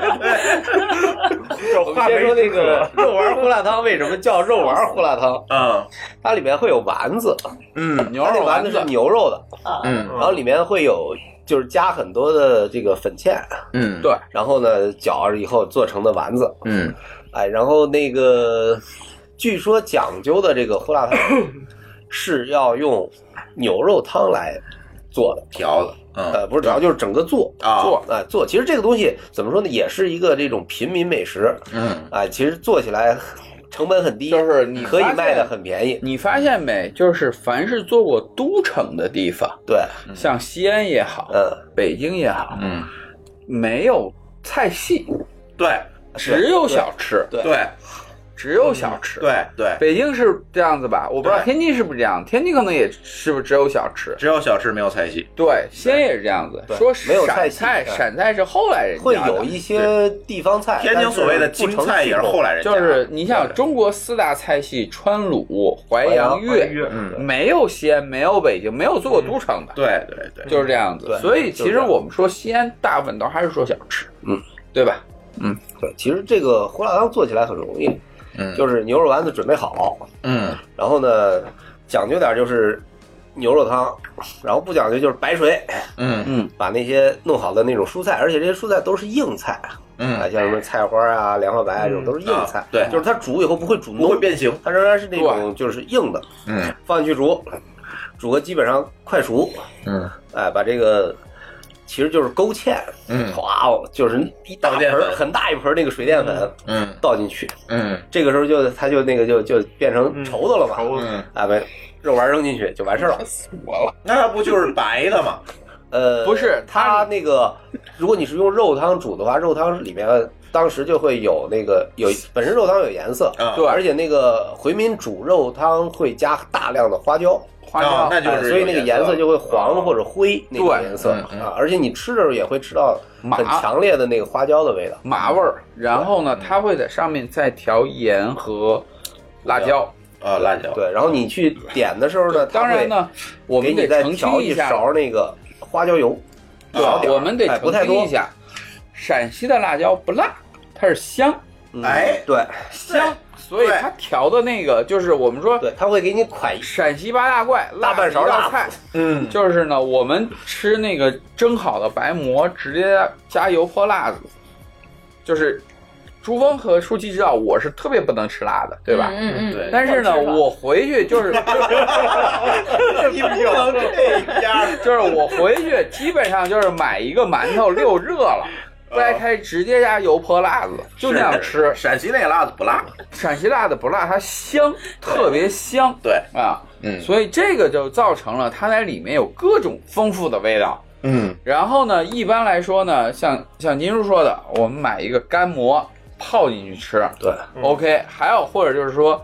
我们先说那个肉丸胡辣汤为什么叫肉丸胡辣汤？它里面会有丸子， 牛肉丸子是牛肉的，然后里面会有就是加很多的这个粉芡， 对， 然后呢搅了以后做成的丸子，然后那个。据说讲究的这个胡辣汤是要用牛肉汤来做的调的， 不是调，就是整个做。其实这个东西怎么说呢，也是一个这种平民美食。其实做起来成本很低， 就是你可以卖的很便宜。 你发现没？就是凡是做过都城的地方， 对， 像西安也好，北京也好，没有菜系， 对， 只有小吃， 对。 只有小吃， 对， 北京是这样子吧？我不知道天津是不是这样，天津可能也是不是只有小吃， 只有小吃没有菜系。 对，西安也是这样子，说没有菜系， 陕菜是后来人家会有一些地方菜， 天津所谓的京菜也是后来人家。 就是你想中国4大菜系，川鲁、淮扬、粤，没有西安，没有北京，没有做过都城的。 对， 就是这样子。所以其实我们说西安大部分都还是说小吃，对吧？ 对，其实这个胡辣汤做起来很容易。就是牛肉丸子准备好，然后呢，讲究点就是牛肉汤，然后不讲究就是白水，把那些弄好的那种蔬菜，而且这些蔬菜都是硬菜，像什么菜花啊、凉花白啊这种都是硬菜， 对， 就是它煮以后不会煮浓， 不会变形， 它仍然是那种就是硬的，放进去煮个基本上快熟，把这个。其实就是勾芡，就是一大盆很大一盆那个水淀粉，倒进去，这个时候它就那个就变成稠的了嘛，把肉丸扔进去就完事了。 死我了，那不就是白的吗？ 不是， 它那个如果你是用肉汤煮的话，肉汤里面当时就会有那个本身肉汤有颜色， 对， 而且那个回民煮肉汤会加大量的花椒。 那就是所以那个颜色就会黄或者灰那个颜色而且你吃的时候也会吃到很强烈的那个花椒的味道， 麻味儿。然后呢，它会在上面再调盐和辣椒辣椒。 对，然后你去点的时候呢， 当然呢，我们得澄清一勺那个花椒油， 我们得澄清一下，陕西的辣椒不辣，它是香， 对， 香。所以它调的那个就是我们说， 对，它会给你㧟陕西八大怪大半勺辣菜，就是呢，我们吃那个蒸好的白馍，直接加油泼辣子，就是朱峰和舒淇知道我是特别不能吃辣的，对吧？ 对。 但是呢，我回去就是你不能这样， 就是我回去基本上就是买一个馒头溜热了。掰开直接加油泼辣子，就那样吃。 陕西那个辣子不辣， 陕西辣的不辣，它香，特别香。 对啊，所以这个就造成了它在里面有各种丰富的味道。然后呢，一般来说呢，像金叔说的，我们买一个干馍泡进去吃， 对 ，OK。还有或者就是说，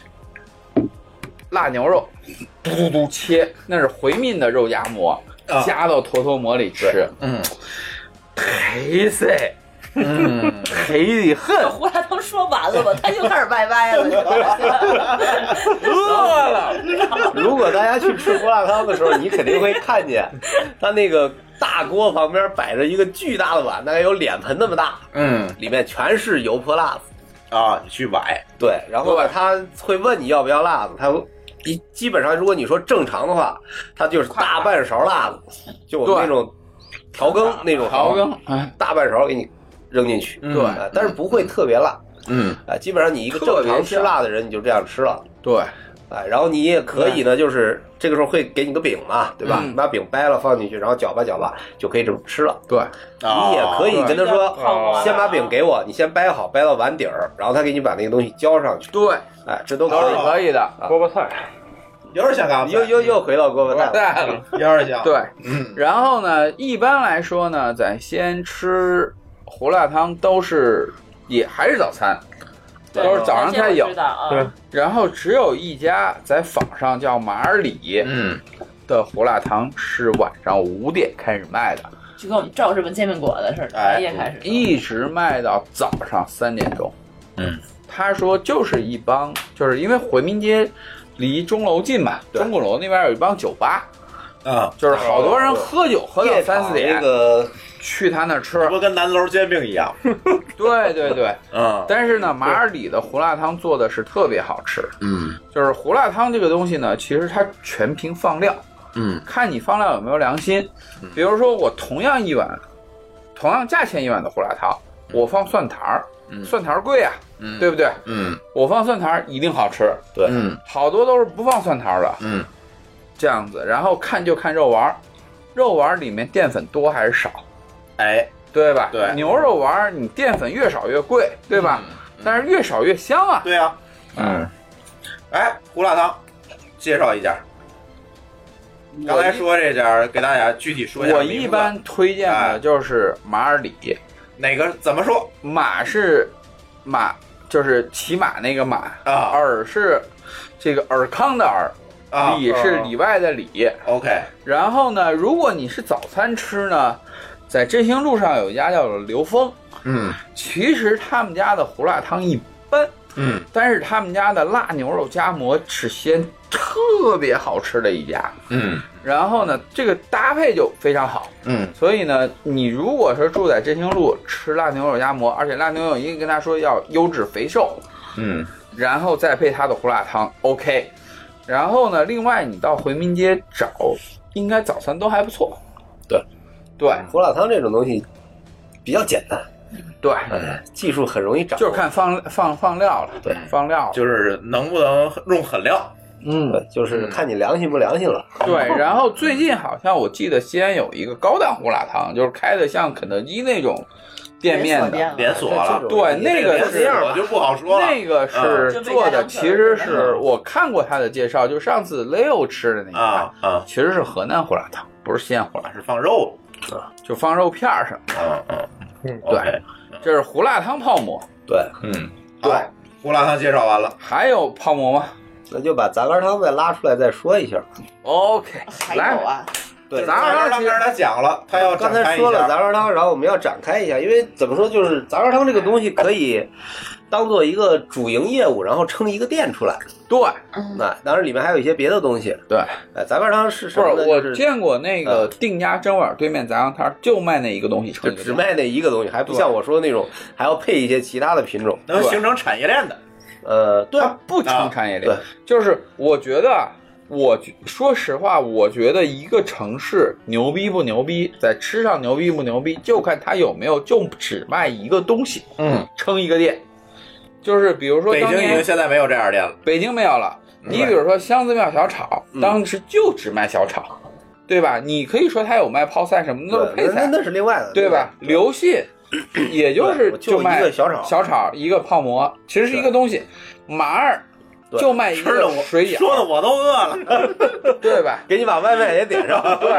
辣牛肉，嘟嘟嘟切，那是回民的肉夹馍，加到坨坨馍里吃，黑色，黑的很。 胡辣汤说完了吧，他就开始歪歪了。 饿了。 如果大家去吃胡辣汤的时候，你肯定会看见，他那个大锅旁边摆着一个巨大的碗，大概有脸盆那么大，里面全是油泼辣子啊，你去崴。 对，然后呢，他会问你要不要辣子，他基本上如果你说正常的话，他就是大半勺辣子，就我们那种。调羹那种调羹， 大半勺给你扔进去， 对， 但是不会特别辣，基本上你一个正常吃辣的人，你就这样吃了， 对， 然后你也可以呢，就是这个时候会给你个饼嘛，对吧？你把饼掰了放进去，然后搅吧搅吧，就可以这么吃了。 对， 你也可以跟他说，先把饼给我，你先掰好，掰到碗底儿，然后他给你把那个东西浇上去。 对， 这都可以的， 锅巴菜。 有点像嘎巴菜， 又回到锅巴菜了， 有点像。 对，然后呢，一般来说呢，在西安吃胡辣汤都是也还是早餐，都是早上才有。 对， 然后只有一家在坊上叫马尔里，的胡辣汤是晚上5点开始卖的， 就跟我们赵师傅煎饼果子似的，半夜开始， 一直卖到早上3点钟。他说就是一帮，就是因为回民街离钟楼近嘛，钟鼓楼那边有一帮酒吧啊，就是好多人喝酒喝到3、4点， 那个去他那吃， 不跟南楼煎饼一样。 对对对，但是呢，马尔里的胡辣汤做的是特别好吃。就是胡辣汤这个东西呢，其实它全凭放料。看你放料有没有良心。比如说我同样价钱1碗的胡辣汤，我放蒜苔儿，蒜苔儿贵啊，对不对？我放蒜苔儿一定好吃。 对， 好多都是不放蒜苔儿的。这样子，然后看肉丸，肉丸里面淀粉多还是少？哎，对吧？对，牛肉丸你淀粉越少越贵，对吧？但是越少越香啊。 对啊。哎，胡辣汤，介绍一家。刚才说这家，给大家具体说一下。 我一般推荐的就是马尔里。 哪个怎么说？ 马是马，就是骑马那个马啊。尔是这个尔康的尔。里是里外的里。 OK。 然后呢，如果你是早餐吃呢，在振兴路上有一家叫刘峰。其实他们家的胡辣汤一般。但是他们家的辣牛肉夹馍是鲜特别好吃的一家。然后呢，这个搭配就非常好。所以呢，你如果是住在振兴路吃辣牛肉夹馍，而且辣牛肉一定跟他说要优质肥瘦。然后再配他的胡辣汤 ，OK。然后呢，另外你到回民街找，应该早餐都还不错。对， 胡辣汤这种东西比较简单。 对， 技术很容易掌握， 就是看放料了。对，放料就是能不能用狠料。 就是看你良心不良心了。 对，然后最近好像我记得西安有一个高档胡辣汤，就是开的像肯德基那种店面的连锁了。 对，那个是我就不好说了。 那个是做的，其实是我看过他的介绍，就上次 Leo 吃的那个其实是河南胡辣汤，不是西安胡辣， 是放肉， 就放肉片什么的。对，这是胡辣汤泡馍。 对， 对， 胡辣汤介绍完了， 还有泡馍吗？ 那就把杂干汤再拉出来再说一下。 OK， 还有啊。 对， 杂干汤刚才他讲了，他要刚才说了杂干汤，然后我们要展开一下，因为怎么说，就是杂干汤这个东西可以当做一个主营业务，然后撑一个店出来。 对， 那当然里面还有一些别的东西。对，杂干汤是什么呢？ 我见过那个定家蒸碗对面杂干汤，就卖那一个东西， 就只卖那一个东西，还不像我说的那种，还要配一些其他的品种， 能形成产业链的。 对，它不成产业链。对，就是我觉得。说实话，我觉得一个城市牛逼不牛逼，在吃上牛逼不牛逼，就看它有没有就只卖一个东西，撑一个店。就是比如说北京已经现在没有这样店了， 北京没有了。你比如说香子庙小炒，当时就只卖小炒，对吧？你可以说它有卖泡菜什么的，都是配菜， 那是另外的， 对吧？刘信也就卖一个小炒一个泡馍，其实是一个东西。马二就卖一个水饺， 说的我都饿了， 对吧？ 给你把外卖也点上， 对。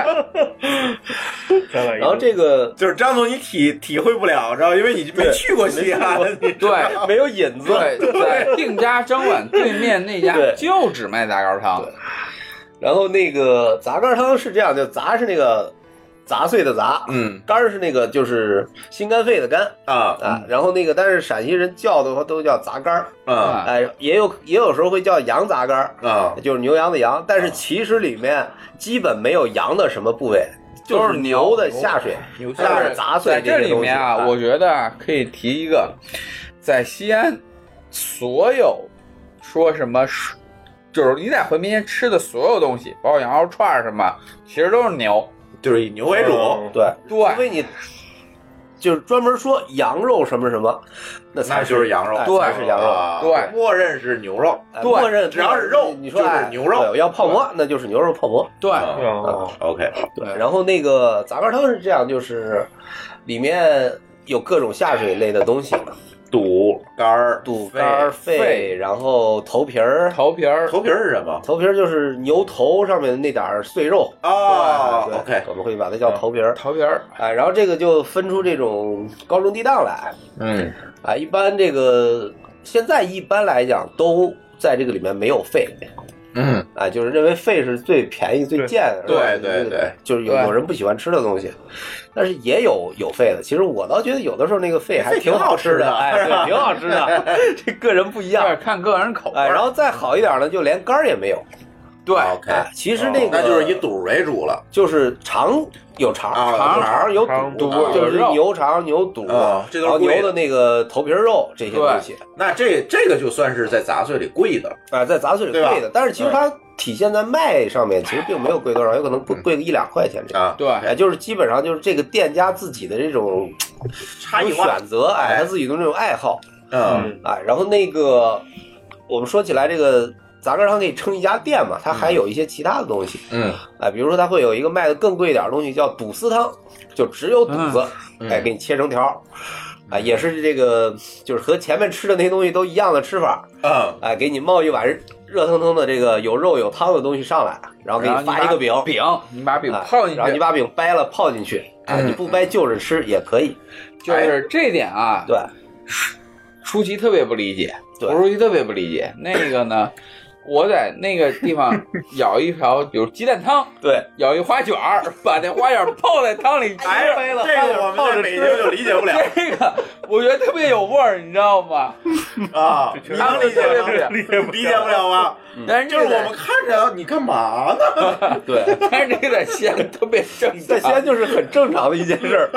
然后这个就是张总，你体会不了，知道？因为你没去过西安， 对， 没有引子。 对，在定家蒸碗对面那家就只卖杂干汤。 然后那个杂干汤是这样，就杂是那个杂碎的杂，肝是那个就是心肝肺的肝然后那个但是陕西人叫的话都叫杂肝也有时候会叫羊杂肝就是牛羊的羊，但是其实里面基本没有羊的什么部位，就是牛的下水，下水杂碎这里面啊，我觉得可以提一个，在西安所有说什么。就是你在回民街吃的所有东西，包括羊肉串什么，其实都是牛， 就是以牛为主。 对，除非你就是专门说羊肉什么什么，那就是羊肉， 对， 是羊肉， 对， 默认是牛肉， 默认只要是肉， 你说就是牛肉。 要泡馍，那就是牛肉泡馍。 对 ，OK， 对。然后那个杂干汤是这样，就是里面有各种下水类的东西。 肚肝、 肺，然后头皮儿是什么？ 头皮儿就是牛头上面的那点碎肉 OK， 我们会把它叫头皮儿。 哎， 然后这个就分出这种高中低档来。一般这个现在一般来讲都在这个里面没有肺。就是认为肺是最便宜最贱的， 对， 就是有人不喜欢吃的东西，但是也有肺的。其实我倒觉得有的时候那个肺还挺好吃的，对，挺好吃的。这个人不一样， 看个人口味。 然后再好一点呢，就连肝也没有。 对 ，OK， 其实那个那就是以肚为主了， 就是肠有肠有肚，就是牛肠、牛肚， 这都是牛的那个头皮肉这些东西。 那这个就算是在杂碎里贵的在杂碎里贵的，但是其实它体现在卖上面，其实并没有贵多少，有可能贵个1-2块钱这样。 对， 就是基本上就是这个店家自己的这种差异化选择，他自己的这种爱好，然后那个我们说起来这个。杂干汤可以称一家店嘛，它还有一些其他的东西，比如说它会有一个卖的更贵一点的东西叫肚丝汤，就只有肚子，给你切成条，也是这个就是和前面吃的那些东西都一样的吃法，给你冒一碗热腾腾的这个有肉有汤的东西上来，然后给你发一个饼， 你把饼泡进去， 然后你把饼掰了泡进去，你不掰就着吃也可以， 就是这点啊， 对， 舒淇特别不理解，舒淇特别不理解那个呢。我在那个地方舀一瓢有鸡蛋汤， 对， 舀一花卷儿，把那花卷泡在汤里吃。 这个我们在北京就理解不了。 这个我觉得特别有味儿，你知道吗？ 你能理解吗？理解不了吗？ 但是就是我们看着你干嘛呢？ 对， 但是这个在西安特别正常， 在西安就是很正常的一件事。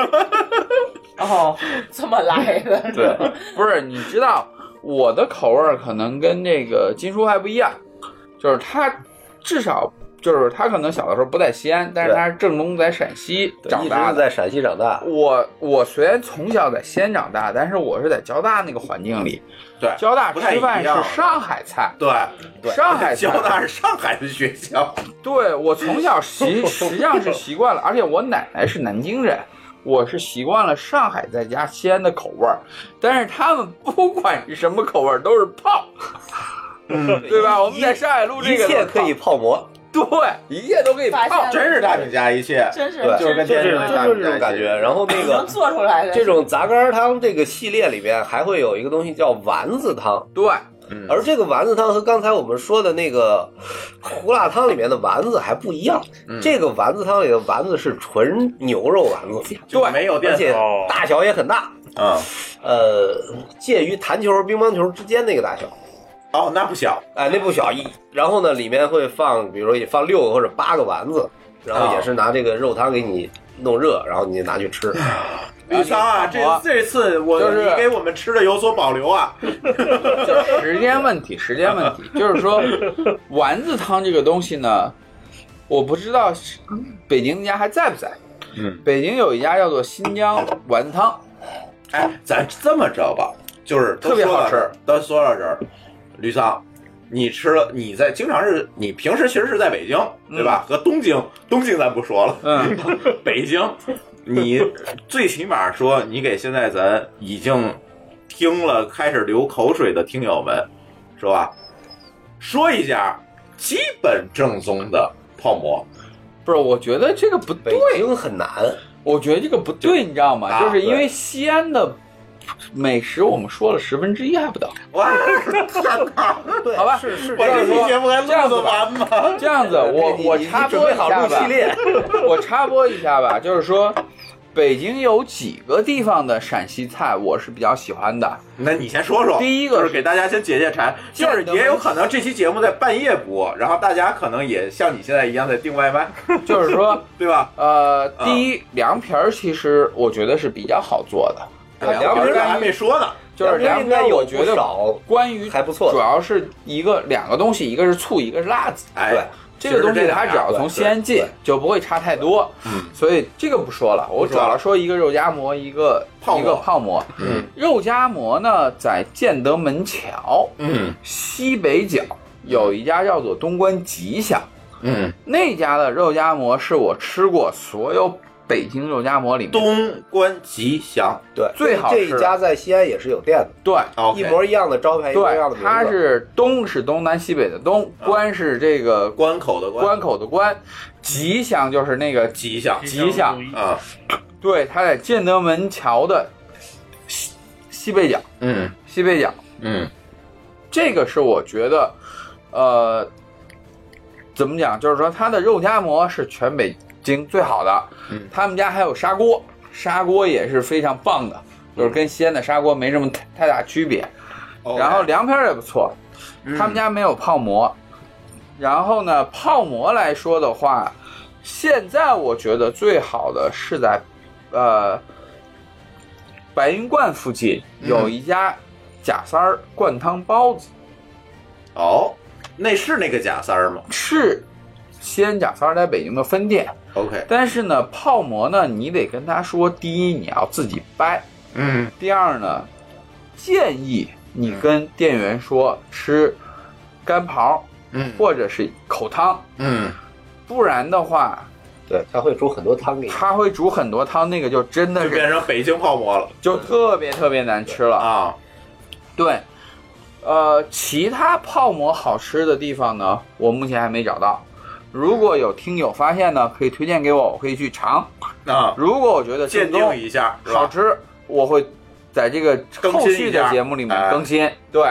这么来的？ 对， 不是你知道。我的口味可能跟这个金叔还不一样，就是他至少就是他可能小的时候不在西安，但是他是正宗在陕西长大的， 一直在陕西长大。 我虽然从小在西安长大，但是我是在交大那个环境里， 对， 交大吃饭是上海菜， 对， 上海菜， 交大是上海的学校， 对我从小实际上是习惯了，而且我奶奶是南京人。我是习惯了上海再加西安的口味，但是他们不管是什么口味都是泡，对吧？我们在上海录这个， 一切可以泡馍， 对，一切都可以泡， 真是大饼加一切， 真是就是跟电视就是这种感觉。然后那个能做出来的这种杂干汤这个系列里边还会有一个东西叫丸子汤， 对。 而这个丸子汤和刚才我们说的那个胡辣汤里面的丸子还不一样，这个丸子汤里的丸子是纯牛肉丸子， 对，没有淀粉， 而且大小也很大，介于弹球和乒乓球之间那个大小。 那不小， 那不小。然后呢，里面会放，比如说也放6个或者8个丸子，然后也是拿这个肉汤给你弄热，然后你拿去吃。 吕桑啊，这次你给我们吃的有所保留啊， 就时间问题，就是说丸子汤这个东西呢，我不知道北京家还在不在。北京有一家叫做新疆丸子汤。 咱这么着吧，就是特别好吃。 都说到这儿，吕桑，你吃了，你平时其实是在北京，对吧？和东京咱不说了，北京。你最起码说，你给现在咱已经听了开始流口水的听友们，是吧？说一下基本正宗的泡馍。 不是，我觉得这个不对， 北京很难。 我觉得这个不对，你知道吗？就是因为西安的美食，我们说了1/10还不到。 哇， 好吧， 是我这期节目还录得完吗？ 这样子，我插播一下吧。我插播一下吧，就是说，北京有几个地方的陕西菜我是比较喜欢的。 那你先说说。第一个就是给大家先解馋，就是也有可能这期节目在半夜播，然后大家可能也像你现在一样在订外卖， 就是说， 对吧？ 第一凉皮儿其实我觉得是比较好做的。 凉皮儿还没说呢， 就是凉皮儿，我觉得关于还不错， 主要是两个东西，一个是醋，一个是辣子。 对， 这个东西它只要从西安进，就不会差太多。所以这个不说了，我主要说一个肉夹馍，一个泡馍。肉夹馍呢，在建德门桥西北角有一家叫做东关吉祥。那家的肉夹馍是我吃过所有北京肉夹馍里面， 东关吉祥， 对， 最好吃这一家在西安也是有店的， 对， 一模一样的招牌，一模一样的名字。 它是东是东南西北的东，关是这个关口的关，吉祥就是那个吉祥啊，对，它在建德门桥的西北角，西北角，这个是我觉得，怎么讲？就是说它的肉夹馍是全北京最好的。他们家还有砂锅，砂锅也是非常棒的，就是跟西安的砂锅没什么太大区别。然后凉皮也不错，他们家没有泡馍。然后呢，泡馍来说的话，现在我觉得最好的是在白云观附近有一家贾三儿灌汤包子。 哦，那是那个贾三儿吗？ 是西安贾三儿在北京的分店。 OK， 但是呢，泡馍呢，你得跟他说，第一你要自己掰，第二呢，建议你跟店员说吃干刨，或者是口汤，不然的话， 对，他会煮很多汤给你， 他会煮很多汤，那个就真的是就变成北京泡馍了， 就特别特别难吃了啊。 对，其他泡馍好吃的地方呢，我目前还没找到。如果有听友发现呢，可以推荐给我，我可以去尝啊。 如果我觉得鉴定一下好吃，我会在这个后续的节目里面更新。对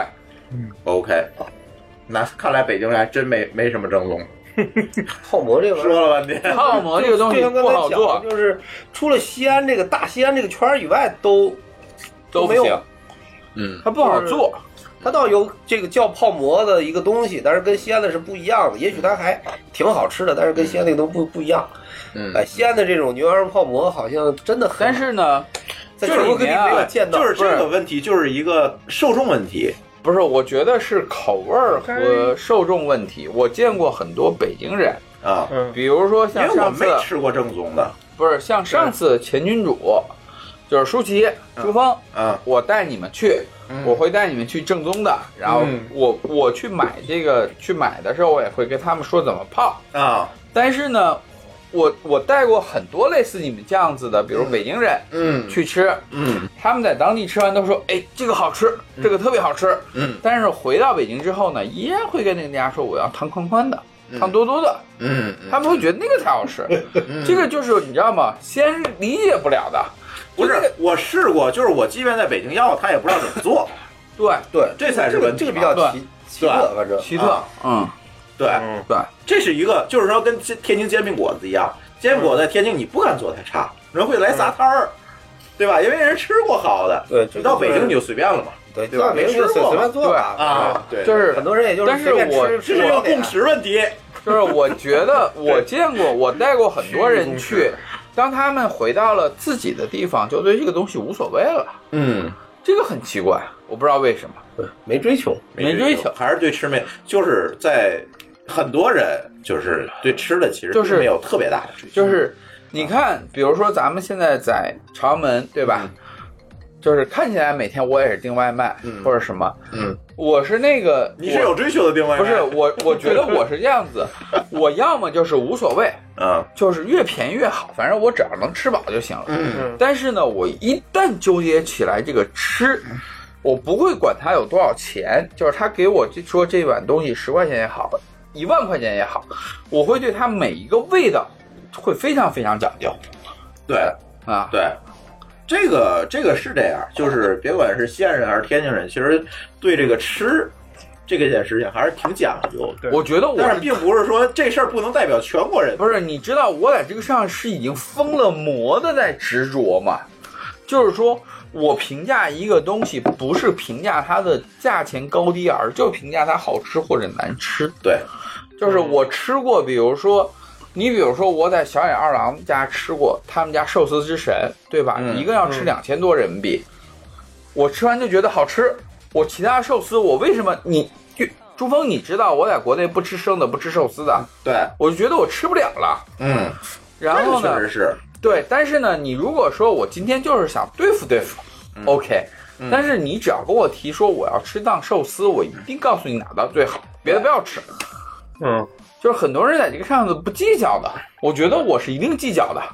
，OK。那看来北京还真没什么正宗。 泡馍这个说了半天， 泡馍这个东西不好做， 就是除了西安这个大西安这个圈以外，都没有。 它不好做。 它倒有这个叫泡馍的一个东西，但是跟西安的是不一样的。也许它还挺好吃的，但是跟西安那个都不一样。西安的这种牛羊肉泡馍好像真的很， 但是呢， 在全国各地没有见到。 就是这个问题，就是一个受众问题。 不是，我觉得是口味和受众问题。我见过很多北京人啊， 比如说像上次因为我没吃过正宗的， 不是像上次前君主。就是舒淇、朱峰，我带你们去，我会带你们去正宗的。然后我去买的时候，我也会跟他们说怎么泡啊。 但是呢，我带过很多类似你们这样子的，比如北京人，去吃，他们在当地吃完都说，哎，这个好吃，这个特别好吃，但是回到北京之后呢，依然会跟那个店家说，我要汤宽宽的。汤多多的，他们会觉得那个才好吃，这个就是你知道吗？先是理解不了的。 不是，我试过，就是我即便在北京要，他也不知道怎么做。 对， 这才是问题。 这个比较奇特，反正奇特。 对，这是一个，就是说跟天津煎饼果子一样，煎饼果子在天津你不敢做太差，人会来撒摊儿，对吧？因为人吃过好的。 对， 你到北京你就随便了嘛。 对吧？ 没吃过，随便做啊。对， 就是很多人也就是随便吃， 这是一个共识问题。 就是我觉得我见过，我带过很多人去。当他们回到了自己的地方，就对这个东西无所谓了。这个很奇怪，我不知道为什么。 没追求， 还是对吃没，就是在很多人就是对吃的其实就是没有特别大的追求。 就是你看，比如说咱们现在在朝阳门，对吧？就是看起来每天我也是订外卖或者什么，我是那个你是有追求的订外卖， 不是我觉得我是这样子，我要么就是无所谓，就是越便宜越好，反正我只要能吃饱就行了。但是呢，我一旦纠结起来这个吃，我不会管它有多少钱，就是他给我说这碗东西10块钱也好，1万块钱也好，我会对它每一个味道会非常非常讲究。 对啊， 对。这个是这样，就是别管是西安人还是天津人，其实对这个吃这件事情还是挺讲究的。 我觉得但是并不是说这事儿不能代表全国人。 不是，你知道我在这个上是已经疯了魔的在执着嘛？就是说我评价一个东西，不是评价它的价钱高低，而就评价它好吃或者难吃。 对， 就是我吃过，比如说。你比如说我在小野二郎家吃过他们家寿司之神，对吧？一个要吃2000多人民币，我吃完就觉得好吃。我其他寿司我为什么朱峰你知道我在国内不吃生的不吃寿司的， 对， 我就觉得我吃不了了。然后呢， 确实是对，但是呢，你如果说我今天就是想对付，OK，但是你只要跟我提说我要吃档寿司，我一定告诉你哪道最好，别的不要吃。 嗯， 就是很多人在这个上头不计较的，我觉得我是一定计较的。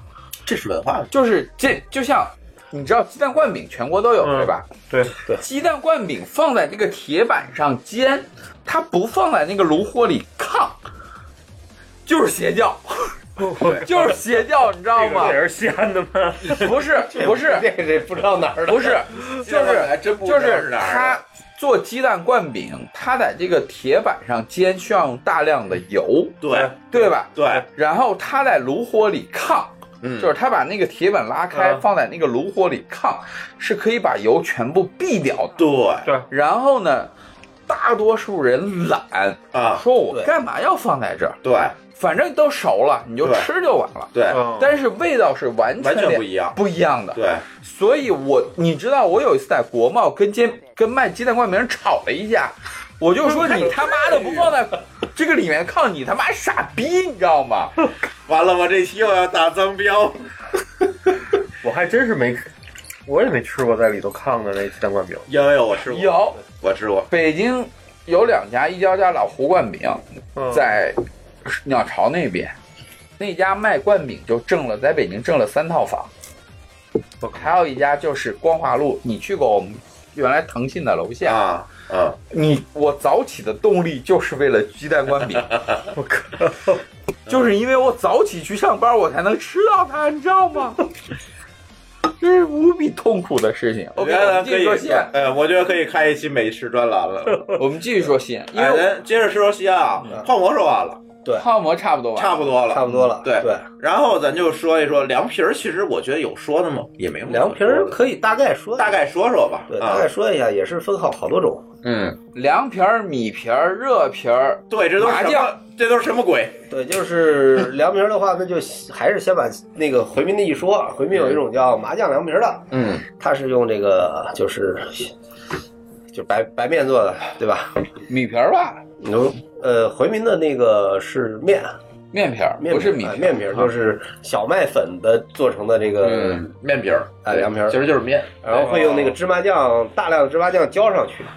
这是文化， 就是这就像你知道鸡蛋灌饼全国都有对吧？ 对对， 鸡蛋灌饼放在这个铁板上煎，它不放在那个炉火里炕，就是邪教。就是邪教，你知道吗？ 这是西安的吗？ 不是， 这不知道哪儿的。 不是，就是他他做鸡蛋灌饼，他在这个铁板上煎需要用大量的油，对吧？ 对。 然后他在炉火里炕，就是他把那个铁板拉开，放在那个炉火里炕，是可以把油全部避掉的。 对。 然后呢，大多数人懒啊， 说我干嘛要放在这儿？ 对。 反正都熟了，你就吃就完了。 对， 但是味道是完全不一样的。 对， 所以你知道，我有一次在国贸跟卖鸡蛋灌饼人吵了一架，我就说你他妈的不放在这个里面炕，你他妈傻逼，你知道吗？ 完了，我这期又要打脏标。 我还真是我也没吃过在里头炕的那鸡蛋灌饼。 有，我吃过。我吃过。 北京有2家，一家叫老胡灌饼，在鸟巢那边，那家卖灌饼就在北京挣了3套房。还有一家就是光华路，你去过我们原来腾讯的楼下我早起的动力就是为了鸡蛋灌饼。我靠，就是因为我早起去上班，我才能吃到它，你知道吗？这是无比痛苦的事情。 我觉得继续说西安，我觉得可以开一期美食专栏了。 我们继续说西安，因为咱接着说西安啊，泡馍说完了。 对， 泡馍差不多了。对。 然后咱就说一说凉皮儿，其实我觉得有说的吗？也没有。 凉皮儿可以大概说吧。 对，大概说一下，也是分好多种。 凉皮儿、米皮儿、热皮儿， 对，这都是什么鬼？ 对，就是凉皮儿的话，那就还是先把那个回民的一说。回民有一种叫麻酱凉皮儿的，它是用这个就白面做的，对吧？ 米皮儿吧。 回民的那个是面皮儿，不是米皮儿， 面皮儿就是小麦粉的做成的这个面皮儿， 凉皮儿， 其实就是面， 然后会用那个芝麻酱，大量的芝麻酱浇上去，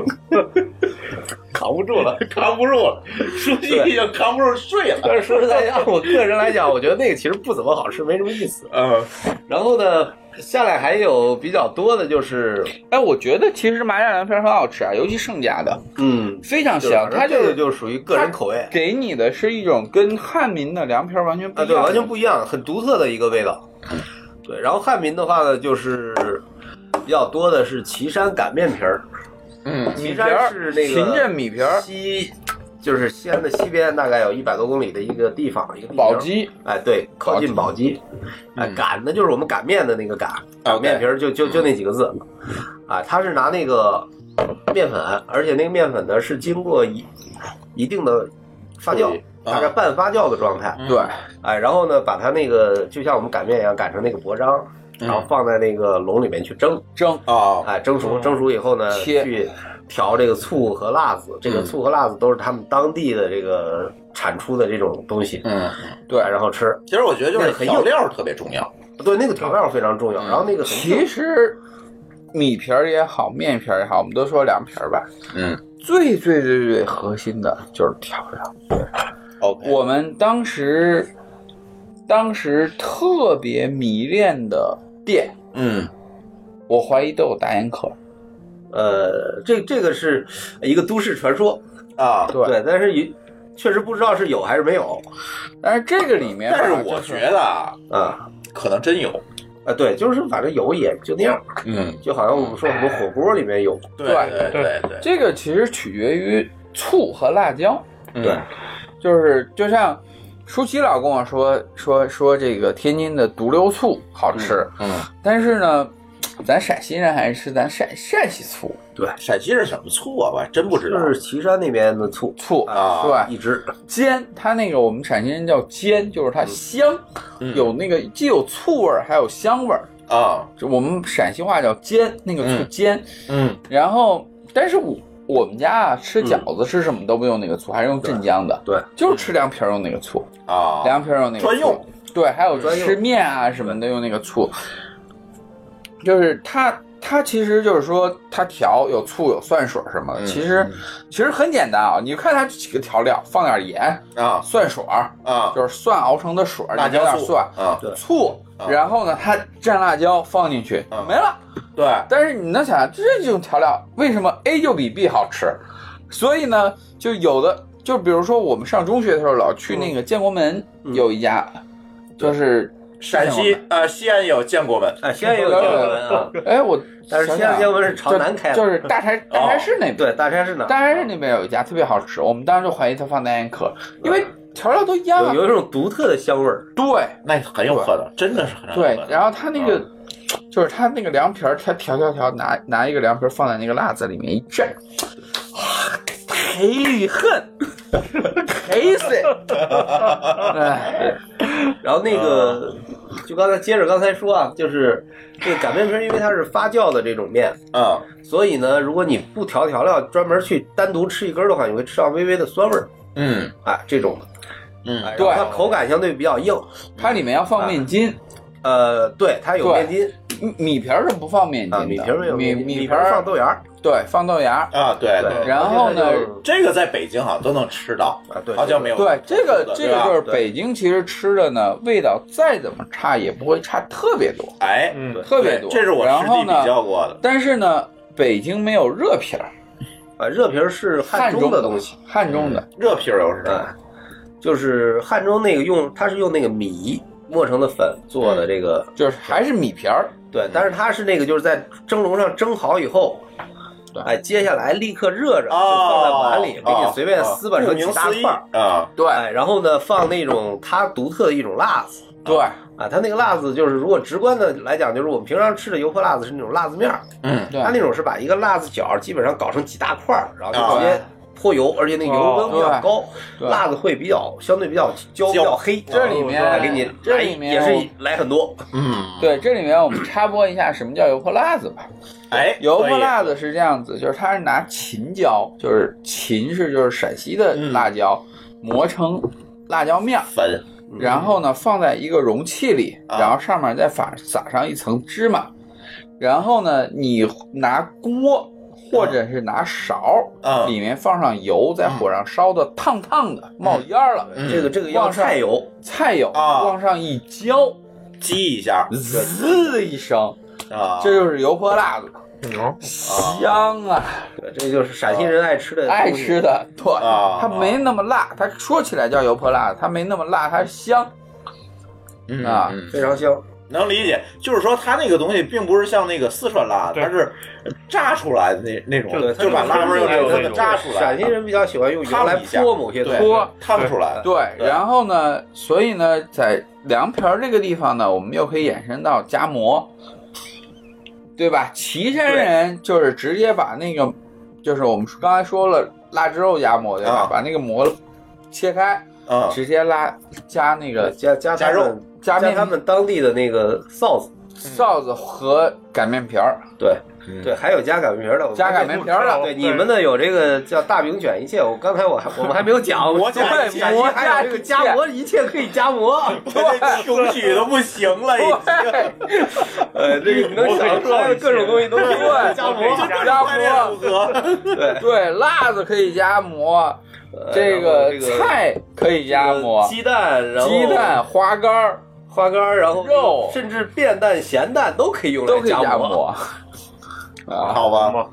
扛不住了，书记已经扛不住睡了。但是说实在话，我个人来讲，我觉得那个其实不怎么好吃，没什么意思。然后呢，下来还有比较多的就是， 我觉得其实麻酱凉皮很好吃啊，尤其盛家的，非常香。它这个就属于个人口味， 给你的是一种跟汉民的凉皮完全不一样， 对，完全不一样，很独特的一个味道。对，然后汉民的话呢，就是比较多的是岐山擀面皮儿，岐山是那个秦镇米皮儿， 就是西安的西边，大概有100多公里的一个地方， 宝鸡， 对，靠近宝鸡，擀的就是我们擀面的那个擀面皮儿，就那几个字，它是拿那个面粉，而且那个面粉呢是经过一定的发酵，大概半发酵的状态， 对， 然后呢把它那个就像我们擀面一样擀成那个薄章，然后放在那个笼里面去蒸熟以后呢去调这个醋和辣子，这个醋和辣子都是他们当地的这个产出的这种东西，对，然后吃。 其实我觉得就是调料特别重要， 对，那个调料非常重要。然后那个其实米皮儿也好，面皮儿也好，我们都说凉皮儿吧，最核心的就是调料。 OK， 我们当时特别迷恋的店，我怀疑都有大烟客。 这个是一个都市传说啊， 对，但是确实不知道是有还是没有。 但是这个里面， 但是我觉得可能真有。 对，就是反正有也就那样，就好像我们说很多火锅里面有， 对， 这个其实取决于醋和辣椒， 对， 就像舒淇老跟我说这个天津的独流醋好吃，但是呢，咱陕西人还是吃咱陕西醋。 对，陕西是什么醋啊？我还真不知道。 就是岐山那边的醋啊，对， 一支煎，它那个我们陕西人叫煎，就是它香，有那个既有醋味还有香味啊。 就我们陕西话叫煎，那个醋煎。然后，但是我们家啊吃饺子吃什么都不用那个醋，还是用镇江的。 对， 就是吃凉皮用那个醋啊， 凉皮用那个醋专用。 对，还有吃面啊什么的用那个醋，就是它其实就是说，它调有醋有蒜水什么的，其实很简单啊。你看它几个调料，放点盐啊，蒜水啊，就是蒜熬成的水， 辣椒点蒜啊， 醋然后呢，它蘸辣椒放进去，没了。 对， 但是你能想这种调料为什么 A 就比 B 好吃？所以呢，就有的就比如说我们上中学的时候老去那个建国门有一家，就是陕西西安也有建国门， 西安也有建国门啊。 哎， 但是西安建国门是朝南开的， 就是大柴市那边。 对，大柴市那边有一家特别好吃，我们当时就怀疑它放代言可，因为调料都一样， 有一种独特的香味儿。 对， 那很有可能，真的是很有可能。 对，然后它那个。就是它那个凉皮儿，它调，拿一个凉皮儿放在那个辣子里面一蘸，哇，太厉害，太死！哎， 然后那个，就接着刚才说啊，就是这个擀面皮，因为它是发酵的这种面啊， 所以呢，如果你不调调料，专门去单独吃一根的话，你会吃到微微的酸味儿。这种的， 对， 它口感相对比较硬， 它里面要放面筋。 对，它有面筋， 米皮儿是不放面筋的， 米皮儿没有，米皮儿放豆芽， 对，放豆芽啊，对。 然后呢， 这个在北京好像都能吃到啊，对， 好像没有。 对，这个就是北京其实吃的呢，味道再怎么差也不会差特别多， 哎， 特别多。 这是我实地比较过的。 但是呢，北京没有热皮儿， 热皮儿是汉中的东西， 汉中的热皮儿又是什么？ 就是汉中那个它是用那个米磨成的粉做的，这个就是还是米皮儿， 对，但是它是那个就是在蒸笼上蒸好以后，哎，接下来立刻热着，就放在碗里，给你随便撕巴成几大块啊， 对， 然后呢放那种它独特的一种辣子， 对， 啊，它那个辣子就是如果直观的来讲，就是我们平常吃的油泼辣子是那种辣子面，它那种是把一个辣子角基本上搞成几大块，然后就直接泼油，而且那个油温比较高，辣子会相对比较焦比较黑。 这里面给你，这里面也是来很多。 对，这里面我们插播一下什么叫油泼辣子吧。 哎， 油泼辣子是这样子，就是它是拿秦椒，就是秦是就是陕西的辣椒，磨成辣椒面粉， 然后呢放在一个容器里，然后上面再撒上一层芝麻，然后呢你拿锅。或者是拿勺，里面放上油，在火上烧的烫烫的，冒烟了。 这个要菜油， 往上一浇， 激一下， 滋一声，这就是油泼辣子，香啊！ 对，这就是陕西人爱吃的， 对，它没那么辣，它说起来叫油泼辣子，它没那么辣，它香， 非常香。 能理解，就是说它那个东西并不是像那个四川辣，它是炸出来的那种，就把辣味儿炸出来。 陕西人比较喜欢用油来泼某些东西， 烫出来。 对，然后呢，所以呢，在凉皮儿这个地方呢，我们又可以衍生到夹馍，对吧？岐山人就是直接把那个，就是我们刚才说了腊汁肉夹馍，对吧？把那个馍切开，直接加那个加肉。加他们当地的那个臊子和擀面皮儿， 对，还有加擀面皮儿的， 加擀面皮儿的， 对，你们的有这个叫大饼卷一切，刚才我们还没有讲， 馍加一切， 还有这个夹馍，一切可以夹馍， 对，穷举都不行了，已经， 这个你能想出来的各种东西都可以夹馍， 对，辣子可以夹馍。这个菜可以夹馍， 鸡蛋、花干，然后肉， 甚至变蛋、咸蛋都可以用来夹馍。 好吧，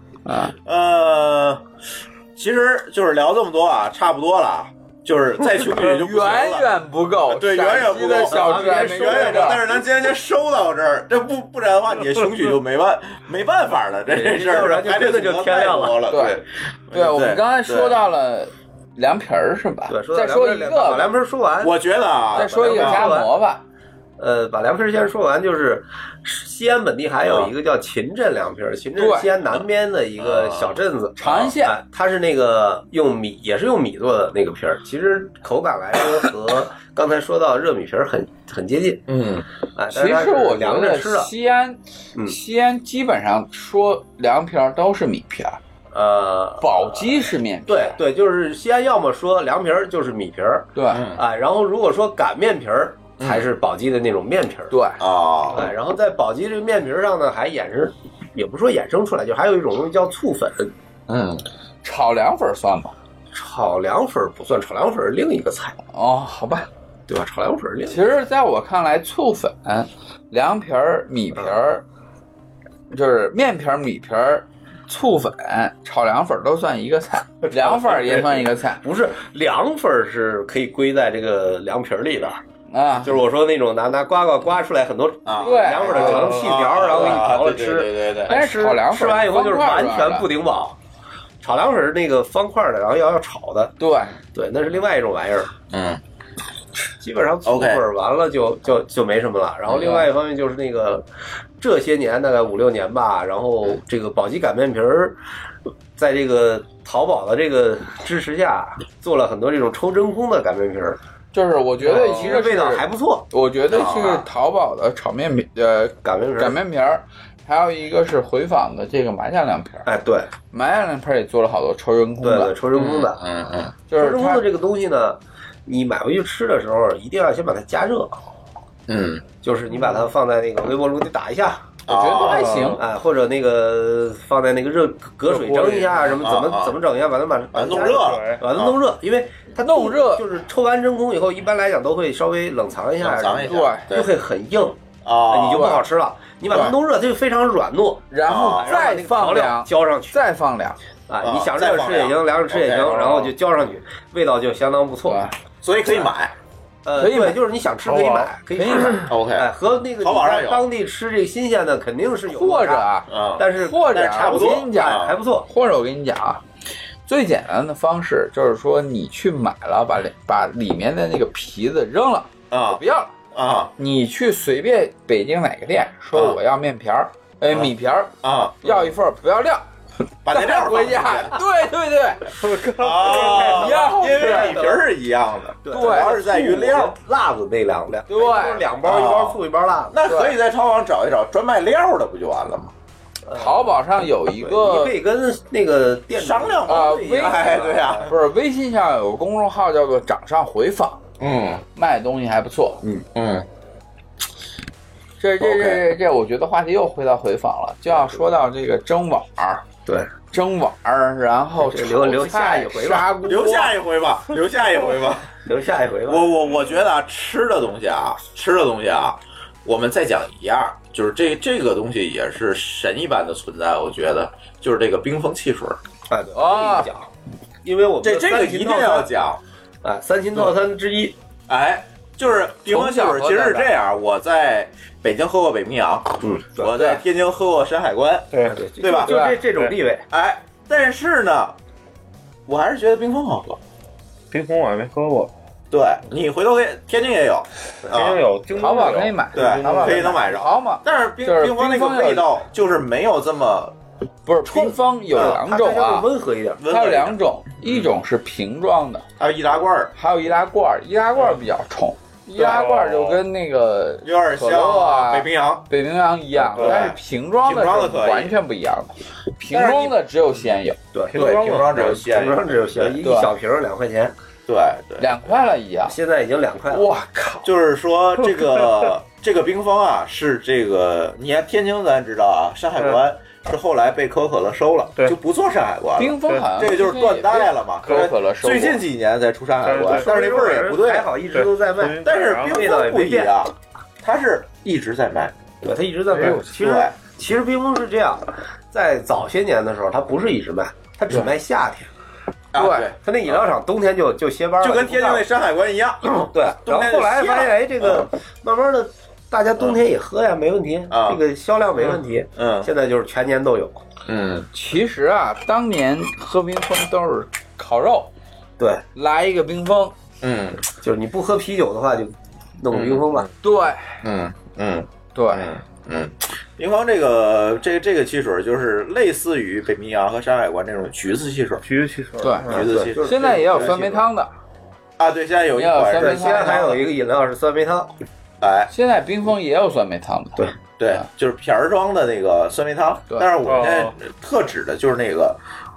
其实就是聊这么多啊，差不多了。就是再穷举就远远不够， 对，远远不够， 小吃还远远不够。但是咱今天先收到这儿，这不然的话，你穷举就没办法了，这事儿还得就天亮了。 对，我们刚才说到了凉皮儿是吧？ 对， 再说一个， 把凉皮儿说完。 我觉得啊， 再说一个夹馍吧。 把凉皮儿先说完，就是西安本地还有一个叫秦镇凉皮儿，秦镇是西安南边的一个小镇子， 长安县， 它是那个也是用米做的那个皮儿，其实口感来说和刚才说到热米皮儿很接近。 其实我觉得西安基本上说凉皮儿都是米皮儿。宝鸡是面皮， 对，就是西安要么说凉皮儿就是米皮儿， 对， 然后如果说擀面皮儿才是宝鸡的那种面皮儿， 对然后在宝鸡这个面皮儿上呢，还也不说衍生出来，就还有一种东西叫醋粉， 炒凉粉算吗？ 炒凉粉不算，炒凉粉是另一个菜。 好吧， 对吧？炒凉粉其实在我看来，醋粉、凉皮儿、米皮儿，就是面皮儿、米皮儿、醋粉、炒凉粉都算一个菜，凉粉也算一个菜。 不是，凉粉是可以归在这个凉皮里的。 啊， 就是我说那种拿刮出来很多凉粉的长细条，然后给你调了吃。 对。 但是炒凉粉吃完以后就是完全不顶饱。炒凉粉是那个方块的，然后要炒的。 对， 那是另外一种玩意儿。基本上醋粉完了就没什么了。然后另外一方面就是那个这些年大概5、6年吧，然后这个宝鸡擀面皮儿在这个淘宝的这个支持下，做了很多这种抽真空的擀面皮儿。 就是我觉得其实味道还不错， 我觉得是淘宝的炒面皮擀面皮儿，还有一个是回坊的这个麻酱凉皮儿。 对， 麻酱凉皮儿也做了好多抽真空的， 对，抽真空的， 就是抽真空的这个东西呢，你买回去吃的时候一定要先把它加热，就是你把它放在那个微波炉里打一下。 我觉得都还行， 或者那个放在那个隔水蒸一下，什么怎么整一下，把它弄热了， 把它弄热，因为它弄热就是抽完真空以后，一般来讲都会稍微冷藏一下， 对， 就会很硬你就不好吃了。你把它弄热，它就非常软糯， 然后再放凉， 浇上去， 再放凉你想热吃也行，凉着吃也行，然后就浇上去，味道就相当不错， 所以可以买。 对，就是你想吃可以买，可以买。 OK， 和那个淘宝上有当地吃这个新鲜的肯定是有， 或者但是差不多。我跟你讲， 还不错。 或者我跟你讲啊，最简单的方式就是说，你去买了，把里面的那个皮子扔了不要了你去随便北京哪个店说我要面皮儿，米皮儿要一份不要料。 把那料回家，对， 一样，因为米皮是一样的， 对， 主要是在于料， 辣子那两， 对 ，2包，一包醋，一包辣子。 那可以在淘宝上找一找专卖料的，不就完了吗？ 淘宝上有一个， 你可以跟那个店商量对呀， 不是微信上有个公众号叫做“掌上回坊”，卖的东西还不错，这，我觉得话题又回到回坊了，就要说到这个蒸碗儿。 对， 蒸碗儿，然后留下一回吧， 留下一回吧。我觉得吃的东西啊，我们再讲一样，就是这个东西也是神一般的存在，我觉得就是这个冰封汽水。 讲，因为我们这个一定要讲 ，3秦套餐之一， 就是冰封汽水。其实是这样，我在北京喝过北冰洋，我在天津喝过山海关，对吧？ 就这种地位， 但是呢，我还是觉得冰峰好喝。 冰峰我还没喝过， 对，你回头天津也有， 天津有， 淘宝可以买， 对，可以能买着。 好嘛， 但是冰峰那个味道就是没有这么， 不是冰峰有2种啊， 温和一点， 它有2种，一种是瓶装的， 还有易拉罐， 易拉罐比较冲。易拉罐就跟那个有点像北冰洋一样，但是瓶装的是完全不一样的。瓶装的只有鲜有， 对，瓶装只有鲜， 一小瓶2块钱， 对 ，2块了一样， 现在已经2块了。 我靠！ 就是说这个冰峰啊，是这个你看天津咱知道啊，山海关。是后来被可口可乐收了，就不做山海关了。 冰峰好像这个就是断代了嘛。 可口可乐收最近几年才出山海关，但是那味儿也不对。 还好一直都在卖， 但是冰峰不一样，它是一直在卖。 对，它一直在卖。其实冰峰是这样，在早些年的时候，它不是一直卖，它只卖夏天。 对， 它那饮料厂冬天就歇班了， 就跟天津那山海关一样。 对，然后后来发现，这个慢慢的。大家冬天也喝呀，没问题，这个销量没问题。现在就是全年都有。 其实啊，当年喝冰峰都是烤肉， 对， 来一个冰峰， 就是你不喝啤酒的话，就弄个冰峰吧。 对， 对，冰峰这个汽水就是类似于北冰洋和山海关这种橘子汽水， 对， 橘子汽水。 现在也有酸梅汤的对，现在有一款， 现在还有一个饮料是酸梅汤。 现在冰峰也有酸梅汤的， 对，就是瓶儿装的那个酸梅汤。但是我们现在特指的就是那个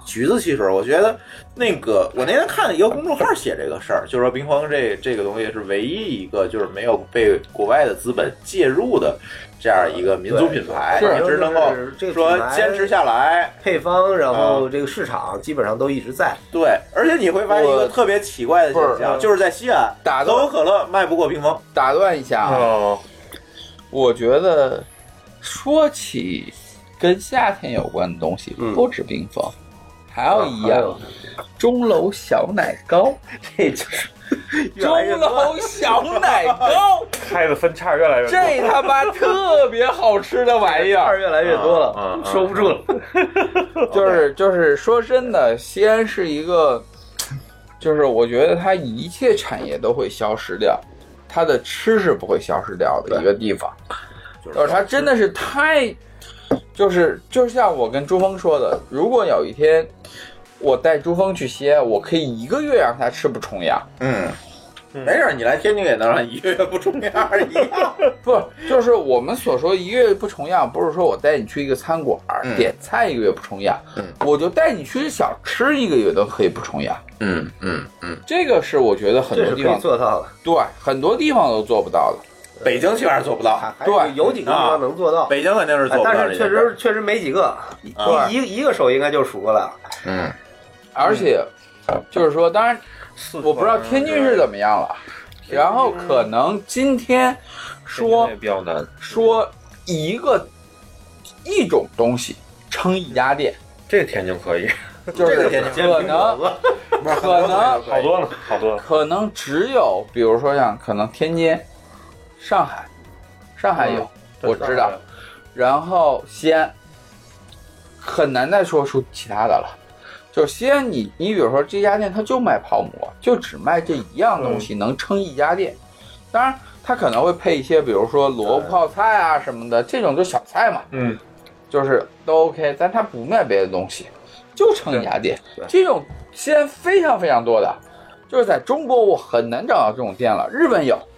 橘子汽水，我觉得那个我那天看一个公众号写这个事儿，就是说冰峰这个东西是唯一一个就是没有被国外的资本介入的这样一个民族品牌，一直能够说坚持下来， 配方，然后这个市场基本上都一直在。 对，而且你会发现一个特别奇怪的现象，就是在西安，可口可乐卖不过冰峰。 打断一下啊，我觉得说起跟夏天有关的东西，不止冰峰，还有一样钟楼小奶糕， 这就是钟楼小奶糕开的分叉越来越多， 这他妈特别好吃的玩意儿， 越来越多了，收不住了。 就是说真的，西安是一个，就是我觉得它一切产业都会消失掉，它的吃是不会消失掉的一个地方，就是它真的是太，就像我跟朱峰说的，如果有一天我带朱峰去西安，我可以1个月让他吃不重样。 没事，你来天津也能让1个月不重样一样。 不，就是我们所说1个月不重样，不是说我带你去一个餐馆点菜1个月不重样，我就带你去小吃1个月都可以不重样。这个是我觉得很多地方做到的， 对，很多地方都做不到的。 北京基本上做不到， 对，有几个地方能做到， 北京肯定是做不到， 但是确实没几个，一个手应该就数过来了。 而且就是说，当然我不知道天津是怎么样了，然后可能今天说一种东西撑一家店， 这个天津可以， 就是可能好多了， 可能只有比如说像可能天津。上海有，我知道，然后西安很难再说出其他的了。就西安你比如说这家店它就卖泡馍，就只卖这一样东西，能撑一家店。当然它可能会配一些比如说萝卜泡菜啊什么的，这种就小菜嘛，就是都 OK， 但它不卖别的东西，就撑一家店。这种西安非常非常多的，就是在中国我很难找到这种店了。日本有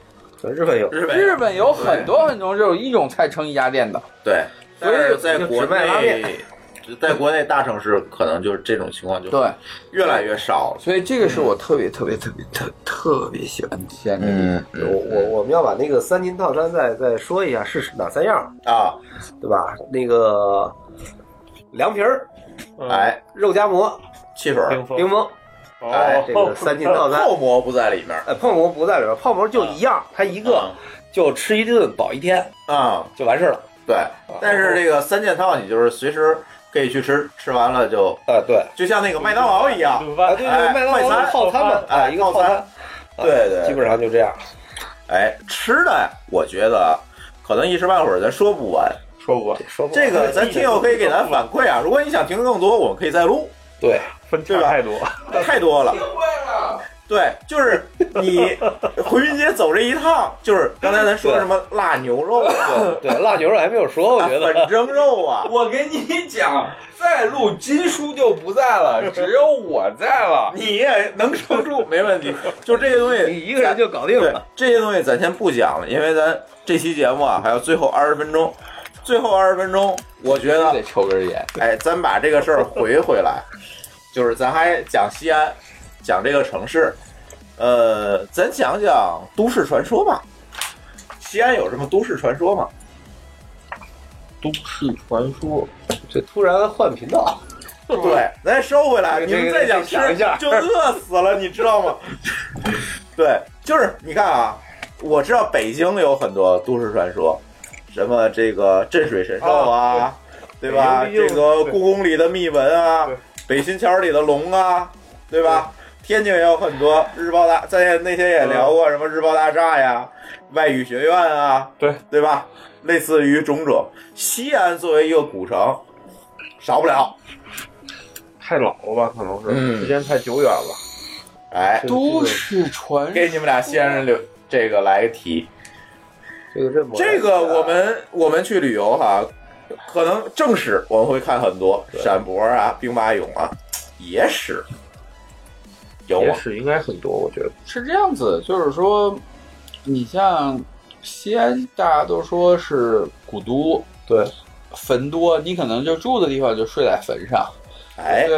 很多很多这种一种菜撑一家店的， 对， 所以在国内大城市可能就是这种情况就对越来越少， 所以这个是我特别喜欢西安的地方。 我们要把那个3斤套餐再说一下是哪3样啊， 对吧？那个凉皮儿，肉夹馍， 汽水， 冰峰。这个3斤套餐， 泡馍不在里面， 泡馍不在里面，泡馍就一样，它一个就吃一顿饱一天就完事了。 对，但是这个3件套你就是随时可以去吃完了就对， 就像那个麦当劳一样， 对，麦当劳套餐嘛，一个套餐， 对， 基本上就这样。 吃的我觉得可能一时半会儿咱说不完，这个咱听友可以给咱反馈啊，如果你想听更多，我们可以再录。 对， 分叉太多了。对，就是你回民街走这一趟，就是刚才咱说的什么辣牛肉啊， 对，辣牛肉还没有说，我觉得粉蒸肉啊。 我跟你讲，再录金叔就不在了，只有我在了。 你也能撑住，没问题。就这些东西， 你一个人就搞定了。 这些东西咱先不讲了，因为咱这期节目啊还有最后20分钟，我觉得得抽根烟。 咱把这个事儿回来。就是咱还讲西安，讲这个城市，咱讲讲都市传说吧。西安有什么都市传说吗？ 都市传说， 这突然换频道， 对，咱收回来，你们再讲吃就饿死了，你知道吗？对，就是你看啊，我知道北京有很多都市传说，什么这个镇水神兽啊，对吧？这个故宫里的秘闻啊。北新桥里的龙啊，对吧？天津也有很多日报大，咱那天也聊过什么日报大厦呀、外语学院啊，对吧？类似于种种。西安作为一个古城，少不了。 太老了吧，可能是时间太久远了。 都市传说， 给你们俩西安人这个来个题。这个我们去旅游哈。可能正史我们会看很多，陕博啊、兵马俑啊，野史有吗？ 野史应该很多，我觉得是这样子。就是说，你像西安，大家都说是古都， 对， 坟多，你可能就住的地方就睡在坟上，对吧？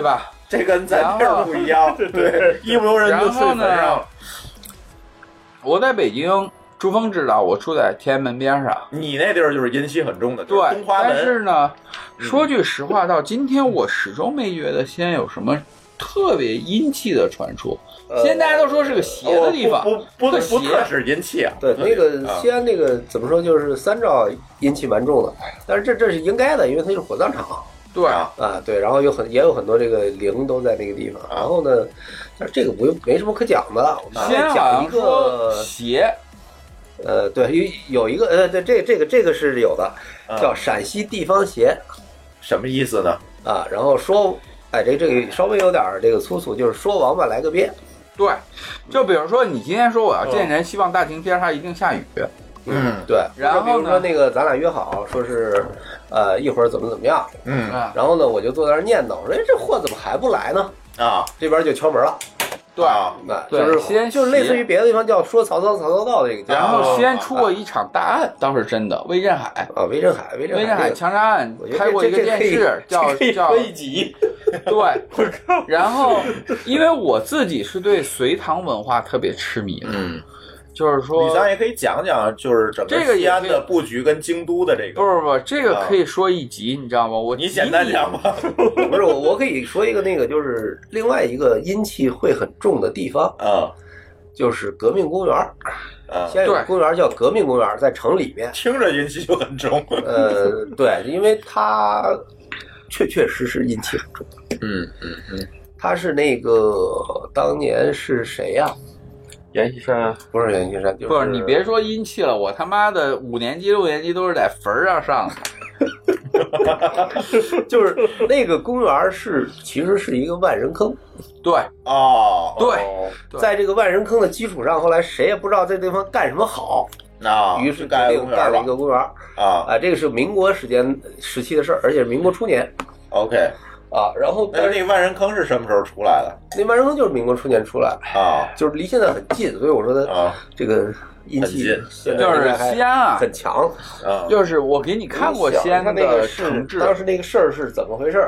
这跟咱这儿不一样。对，一不留人就睡坟上。 我在北京，珠峰知道我住在天安门边上。 你那地儿就是阴气很重的， 对。 东华门。 但是呢，说句实话，到今天我始终没觉得西安有什么特别阴气的传说。现在大家都说是个邪的地方， 不特是阴气啊。 对，那个西安那个怎么说，就是三兆阴气蛮重的，但是这是应该的，因为它是火葬场。 对啊，对，然后也有很多这个灵都在那个地方。然后呢，但是这个没什么可讲的。我们先讲一个邪。 对，有一个对，这个是有的，叫陕西地方邪， 什么意思呢？ 啊，然后说，哎，这个稍微有点这个粗俗，就是说王八来个遍。 对，就比如说你今天说我要见人，希望大晴天它一定下雨。 对。 然后比如说那个咱俩约好，说是一会儿怎么样。然后呢，我就坐在那儿念叨，说，哎，这货怎么还不来呢？啊，这边就敲门了。 对， 就是类似于别的地方叫说曹操道这个。 然后西安出过一场大案，倒是真的，魏镇海啊，魏镇海枪杀案，拍过一个电视，叫一集。 对，然后因为我自己是对隋唐文化特别痴迷的，就是说， 咱也可以讲讲，就是整个西安的布局跟京都的这个。 不，这个可以说一集，你知道吗？ 你简单讲吧。 不是，我可以说一个那个，就是另外一个阴气会很重的地方就是革命公园。现在有个公园叫革命公园，在城里面， 听着阴气就很重。 对，因为它确实阴气很重。它是那个当年是谁呀？ 阎锡山不是阎锡山， 不是你别说阴气了，我他妈的5年级、6年级都是在坟上上的。就是那个公园其实是一个万人坑。 对对，在这个万人坑的基础上，后来谁也不知道这地方干什么好，于是盖了一个公园这个是民国时期的事儿，而且是民国初年。 OK。 然后那个万人坑是什么时候出来的？ 那万人坑就是民国初年出来就是离现在很近，所以我说的这个阴气就是西安很强就是我给你看过西安的城志， 当时那个事儿是怎么回事？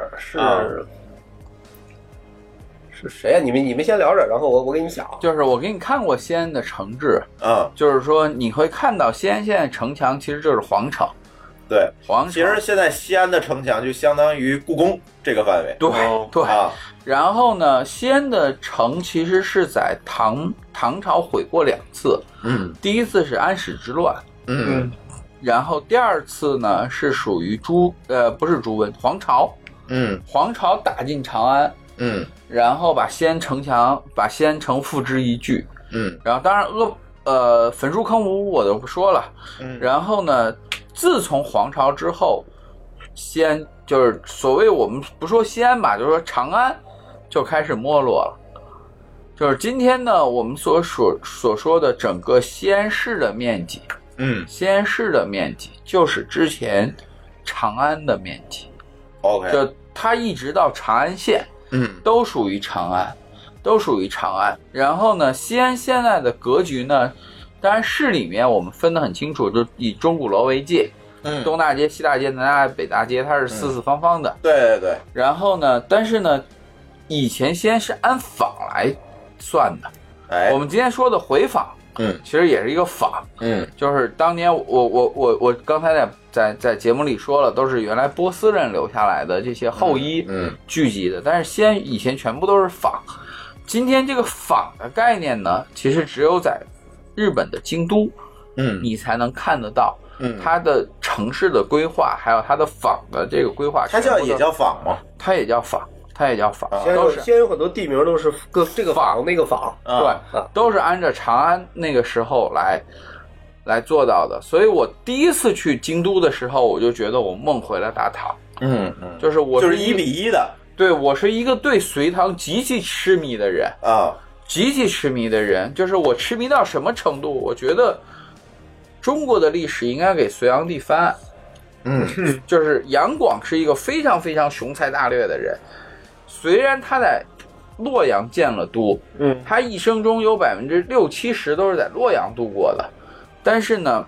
是谁呀？你们先聊着，然后我给你讲。 就是我给你看过西安的城志，就是说你会看到西安现在城墙其实就是皇城。 对，其实现在西安的城墙就相当于故宫这个范围。 对，然后呢，西安的城其实是在唐朝毁过2次。第一次是安史之乱。然后第2次呢是属于不是朱温，黄巢。黄巢打进长安。然后把西安城付之一炬。然后当然焚书坑儒我都不说了。然后呢，自从黄巢之后，西安就是所谓我们不说西安吧，就是说长安就开始没落了。就是今天呢，我们所说的整个西安市的面积，西安市的面积就是之前长安的面积。 OK， 就它一直到长安县，都属于长安。然后呢，西安现在的格局呢，当然市里面我们分得很清楚，就以钟鼓楼为界，东大街、西大街、南大街、北大街，它是四四方方的。 对。 然后呢，但是呢，以前西安是按坊来算的。我们今天说的回坊，其实也是一个坊。就是当年我刚才在节目里说了，都是原来波斯人留下来的这些后裔聚集的，但是西安以前全部都是坊。今天这个坊的概念呢，其实只有在日本的京都，你才能看得到，它的城市的规划，还有它的坊的这个规划， 它也叫坊吗？ 它也叫坊， 先有很多地名都是这个坊那个坊， 对，都是按照长安那个时候来做到的。所以我第一次去京都的时候，我就觉得我梦回了大唐。就是就是1比1的。 对，我是一个对隋唐极其痴迷的人极其痴迷的人。就是我痴迷到什么程度？我觉得中国的历史应该给隋炀帝翻案。就是杨广是一个非常非常雄才大略的人，虽然他在洛阳建了都，他一生中有60-70%都是在洛阳度过的，但是呢，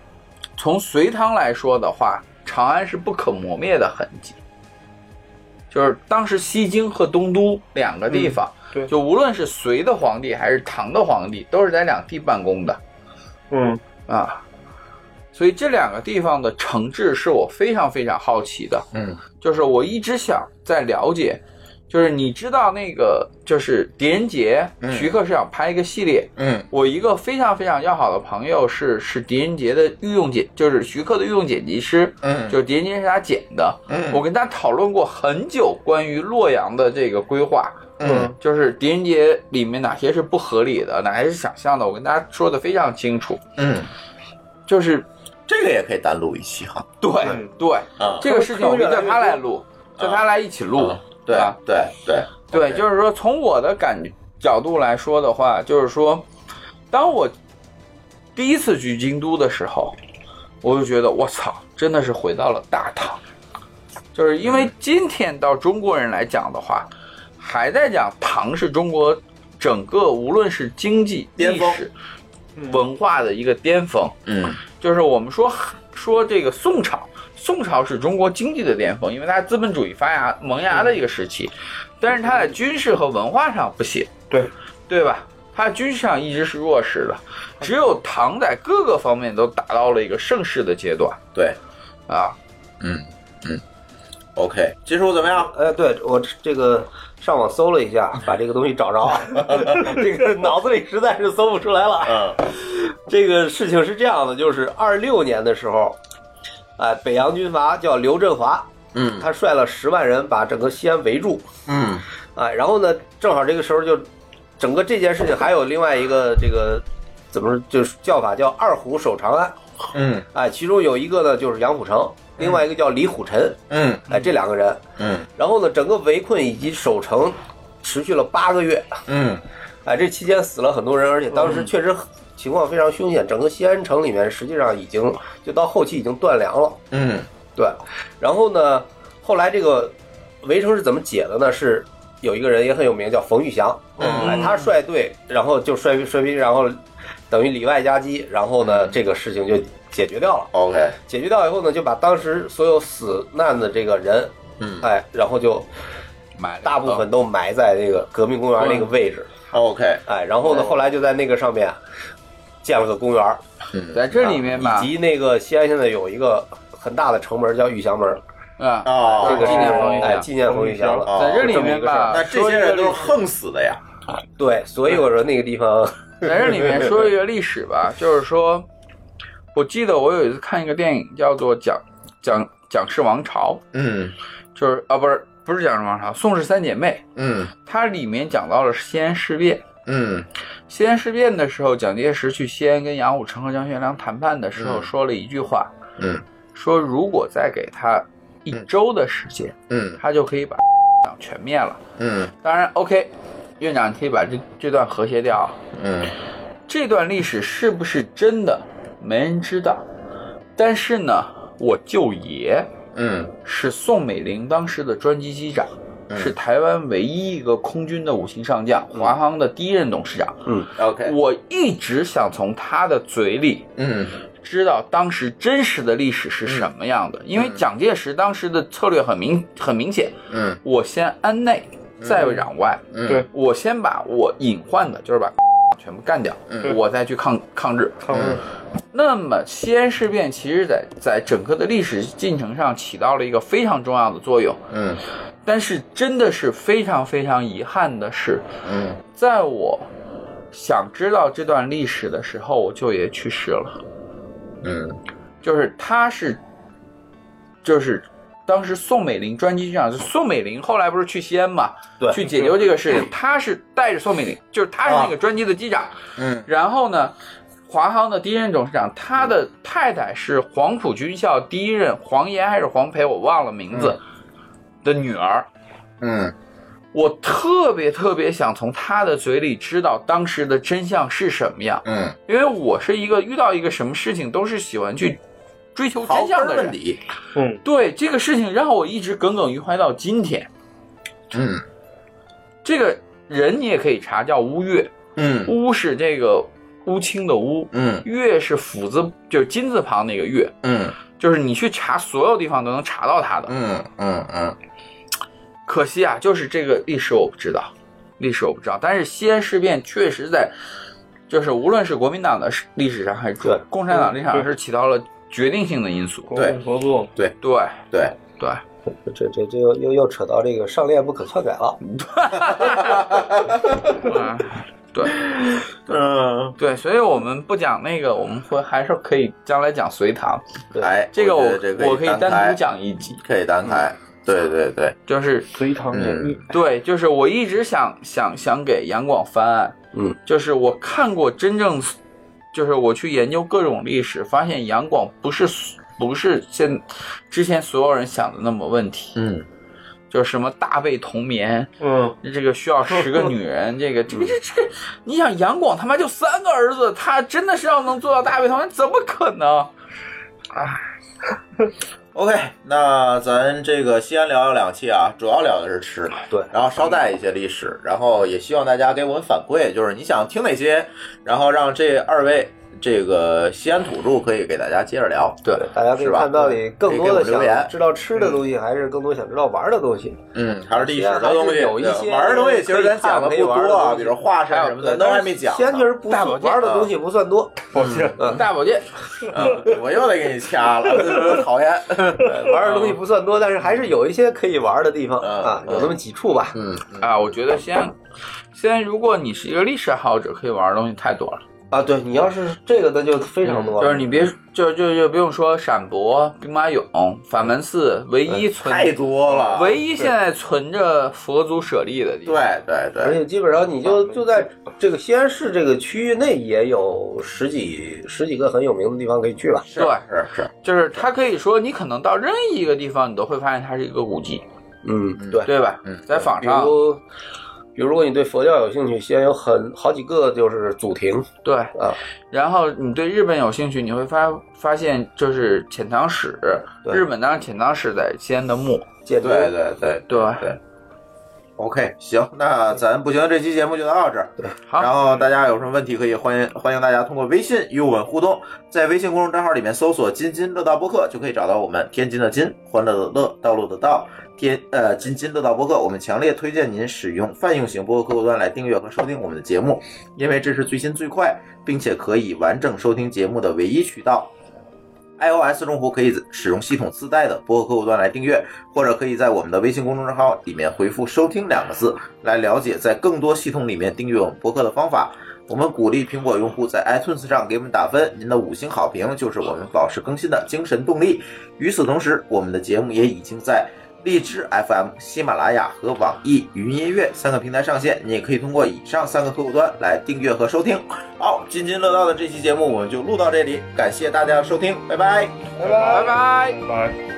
从隋唐来说的话，长安是不可磨灭的痕迹。 就是当时西京和东都两个地方， 对， 就无论是隋的皇帝还是唐的皇帝，都是在两地办公的。所以这两个地方的城制是我非常非常好奇的。就是我一直想在了解，就是你知道那个就是狄仁杰，徐克是想拍一个系列。我一个非常非常要好的朋友是狄仁杰的御用剪，就是徐克的御用剪辑师。就是狄仁杰是他剪的。我跟他讨论过很久关于洛阳的这个规划。就是狄仁杰里面哪些是不合理的，哪些是想象的，我跟大家说的非常清楚。就是这个也可以单录一期哈。 对对，这个事情我们叫他来录，叫他来一起录。 对对对对，就是说从我的角度来说的话，就是说，当我第一次去京都的时候，我就觉得我操，真的是回到了大唐。就是因为今天到中国人来讲的话，还在讲唐是中国整个无论是经济、历史、文化的一个巅峰。就是我们说这个宋朝是中国经济的巅峰，因为它资本主义萌芽的一个时期，但是它在军事和文化上不行，对吧？它在军事上一直是弱势的，只有唐在各个方面都达到了一个盛世的阶段。 对，OK， 技术怎么样？ 对，我这个上网搜了一下，把这个东西找着，这个脑子里实在是搜不出来了。这个事情是这样的，就是26年的时候，北洋军阀叫刘振华，他率了10万人把整个西安围住，然后呢，正好这个时候就整个这件事情还有另外一个这个怎么说，就是叫法叫二虎守长安，其中有一个呢就是杨虎城。另外一个叫李虎臣，这两个人，然后呢，整个围困以及守城持续了8个月，这期间死了很多人，而且当时确实情况非常凶险，整个西安城里面实际上已经就到后期已经断粮了，对，然后呢，后来这个围城是怎么解的呢？是有一个人也很有名，叫冯玉祥，他率队，然后就率兵，然后等于里外夹击，然后呢，这个事情就解决掉了。 OK， 解决掉以后呢，就把当时所有死难的这个人，然后就大部分都埋在那个革命公园那个位置。 OK， 然后呢，后来就在那个上面建了个公园。 在这里面吧， 以及那个西安现在有一个很大的城门叫玉祥门。 这个纪念冯玉祥了。 在这里面吧， 那这些人都是横死的呀。 对，所以我说那个地方， 在这里面说一个历史吧，就是说。我记得我有一次看一个电影叫做《蒋氏王朝》，就是不是蒋氏王朝，宋氏三姐妹，它里面讲到了西安事变，西安事变的时候，蒋介石去西安跟杨虎城和张学良谈判的时候说了一句话，说如果再给他1周的时间，他就可以把党全灭了，当然 OK， 院长可以把这段和谐掉，这段历史是不是真的？没人知道，但是呢，我舅爷，是宋美龄当时的专机机长，是台湾唯一一个空军的5星上将，华航的第1任董事长。 OK， 我一直想从他的嘴里，知道当时真实的历史是什么样的，因为蒋介石当时的策略很明显，我先安内，再攘外，对，我先把我隐患的，就是把全部干掉，我再去抗日。那么西安事变其实在整个的历史进程上起到了一个非常重要的作用。但是真的是非常非常遗憾的是，在我想知道这段历史的时候，我舅爷去世了。就是当时宋美龄专机机长，宋美龄后来不是去西安嘛，去解决这个事情，他是带着宋美龄，就是他是那个专机的机长，然后呢，华航的第1任董事长，他的太太是黄埔军校第1任黄岩还是黄培，我忘了名字的女儿，我特别特别想从他的嘴里知道当时的真相是什么样，因为我是一个遇到一个什么事情都是喜欢去追求真相的人，对这个事情让我一直耿耿于怀到今天。这个人你也可以查，叫乌月，乌是这个乌青的乌，月是斧子，就是金字旁那个月，就是你去查所有地方都能查到他的， 可惜啊，就是这个历史我不知道，但是西安事变确实就是无论是国民党的历史上还是共产党历史上是起到了决定性的因素。 对，合作， 对， 这又扯到这个上链不可篡改了。 对，对，所以我们不讲那个，我们还是可以将来讲隋唐。 哎， 这个我可以单独讲一集， 可以单开。对， 就是隋唐演义。 对，就是我一直想给杨广翻案。就是我看过真正，就是我去研究各种历史，发现杨广不是之前所有人想的那么问题。就是什么大被同眠，这个需要10个女人，这个，你想杨广他妈就3个儿子，他真的是要能做到大被同眠，怎么可能？ OK， 那咱这个西安聊了2期啊，主要聊的是吃， 对， 然后捎带一些历史，然后也希望大家给我们反馈，就是你想听哪些，然后让这2位这个西安土著可以给大家接着聊。 对，大家可以看到底更多的想知道吃的东西，还是更多想知道玩的东西。 还是历史的东西， 有一些玩的东西其实咱讲的不多啊，比如华山什么的，都还没讲。 西安确实不玩的东西不算多。 大保健， 我又得给你掐了，讨厌。 玩的东西不算多，但是还是有一些可以玩的地方啊，有那么几处吧。 我觉得西安，如果你是一个历史爱好者，可以玩的东西太多了。 对，你要是这个那就非常多， 就是你别就不用说陕博、兵马俑、法门寺，唯一太多了， 唯一现在存着佛祖舍利的地方。 对， 而且基本上你就在这个西安市这个区域内也有十几个很有名的地方可以去了。 是， 就是它可以说你可能到任意一个地方，你都会发现它是一个古迹。对吧？在坊上。 比如如果你对佛教有兴趣，西安有好几个就是祖庭。 对啊，然后你对日本有兴趣，你会发现就是遣唐使，日本当然遣唐使在西安的墓。 对。OK， 行，那咱不行，这期节目就到这儿。 对， 好。 然后大家有什么问题可以欢迎大家通过微信与我们互动，在微信公众账号里面搜索“津津乐道播客”就可以找到我们。天津的津，欢乐的乐，道路的道，津津乐道播客。我们强烈推荐您使用泛用型播客客户端来订阅和收听我们的节目，因为这是最新最快，并且可以完整收听节目的唯一渠道。iOS 用户可以使用系统自带的播客客户端来订阅，或者可以在我们的微信公众账号里面回复收听2个字来了解在更多系统里面订阅我们播客的方法。我们鼓励苹果用户在 iTunes 上给我们打分，您的5星好评就是我们保持更新的精神动力。与此同时，我们的节目也已经在荔枝 FM、喜马拉雅和网易云音乐3个平台上线，你也可以通过以上3个客户端来订阅和收听。好，津津乐道的这期节目我们就录到这里，感谢大家的收听，拜拜， 拜拜。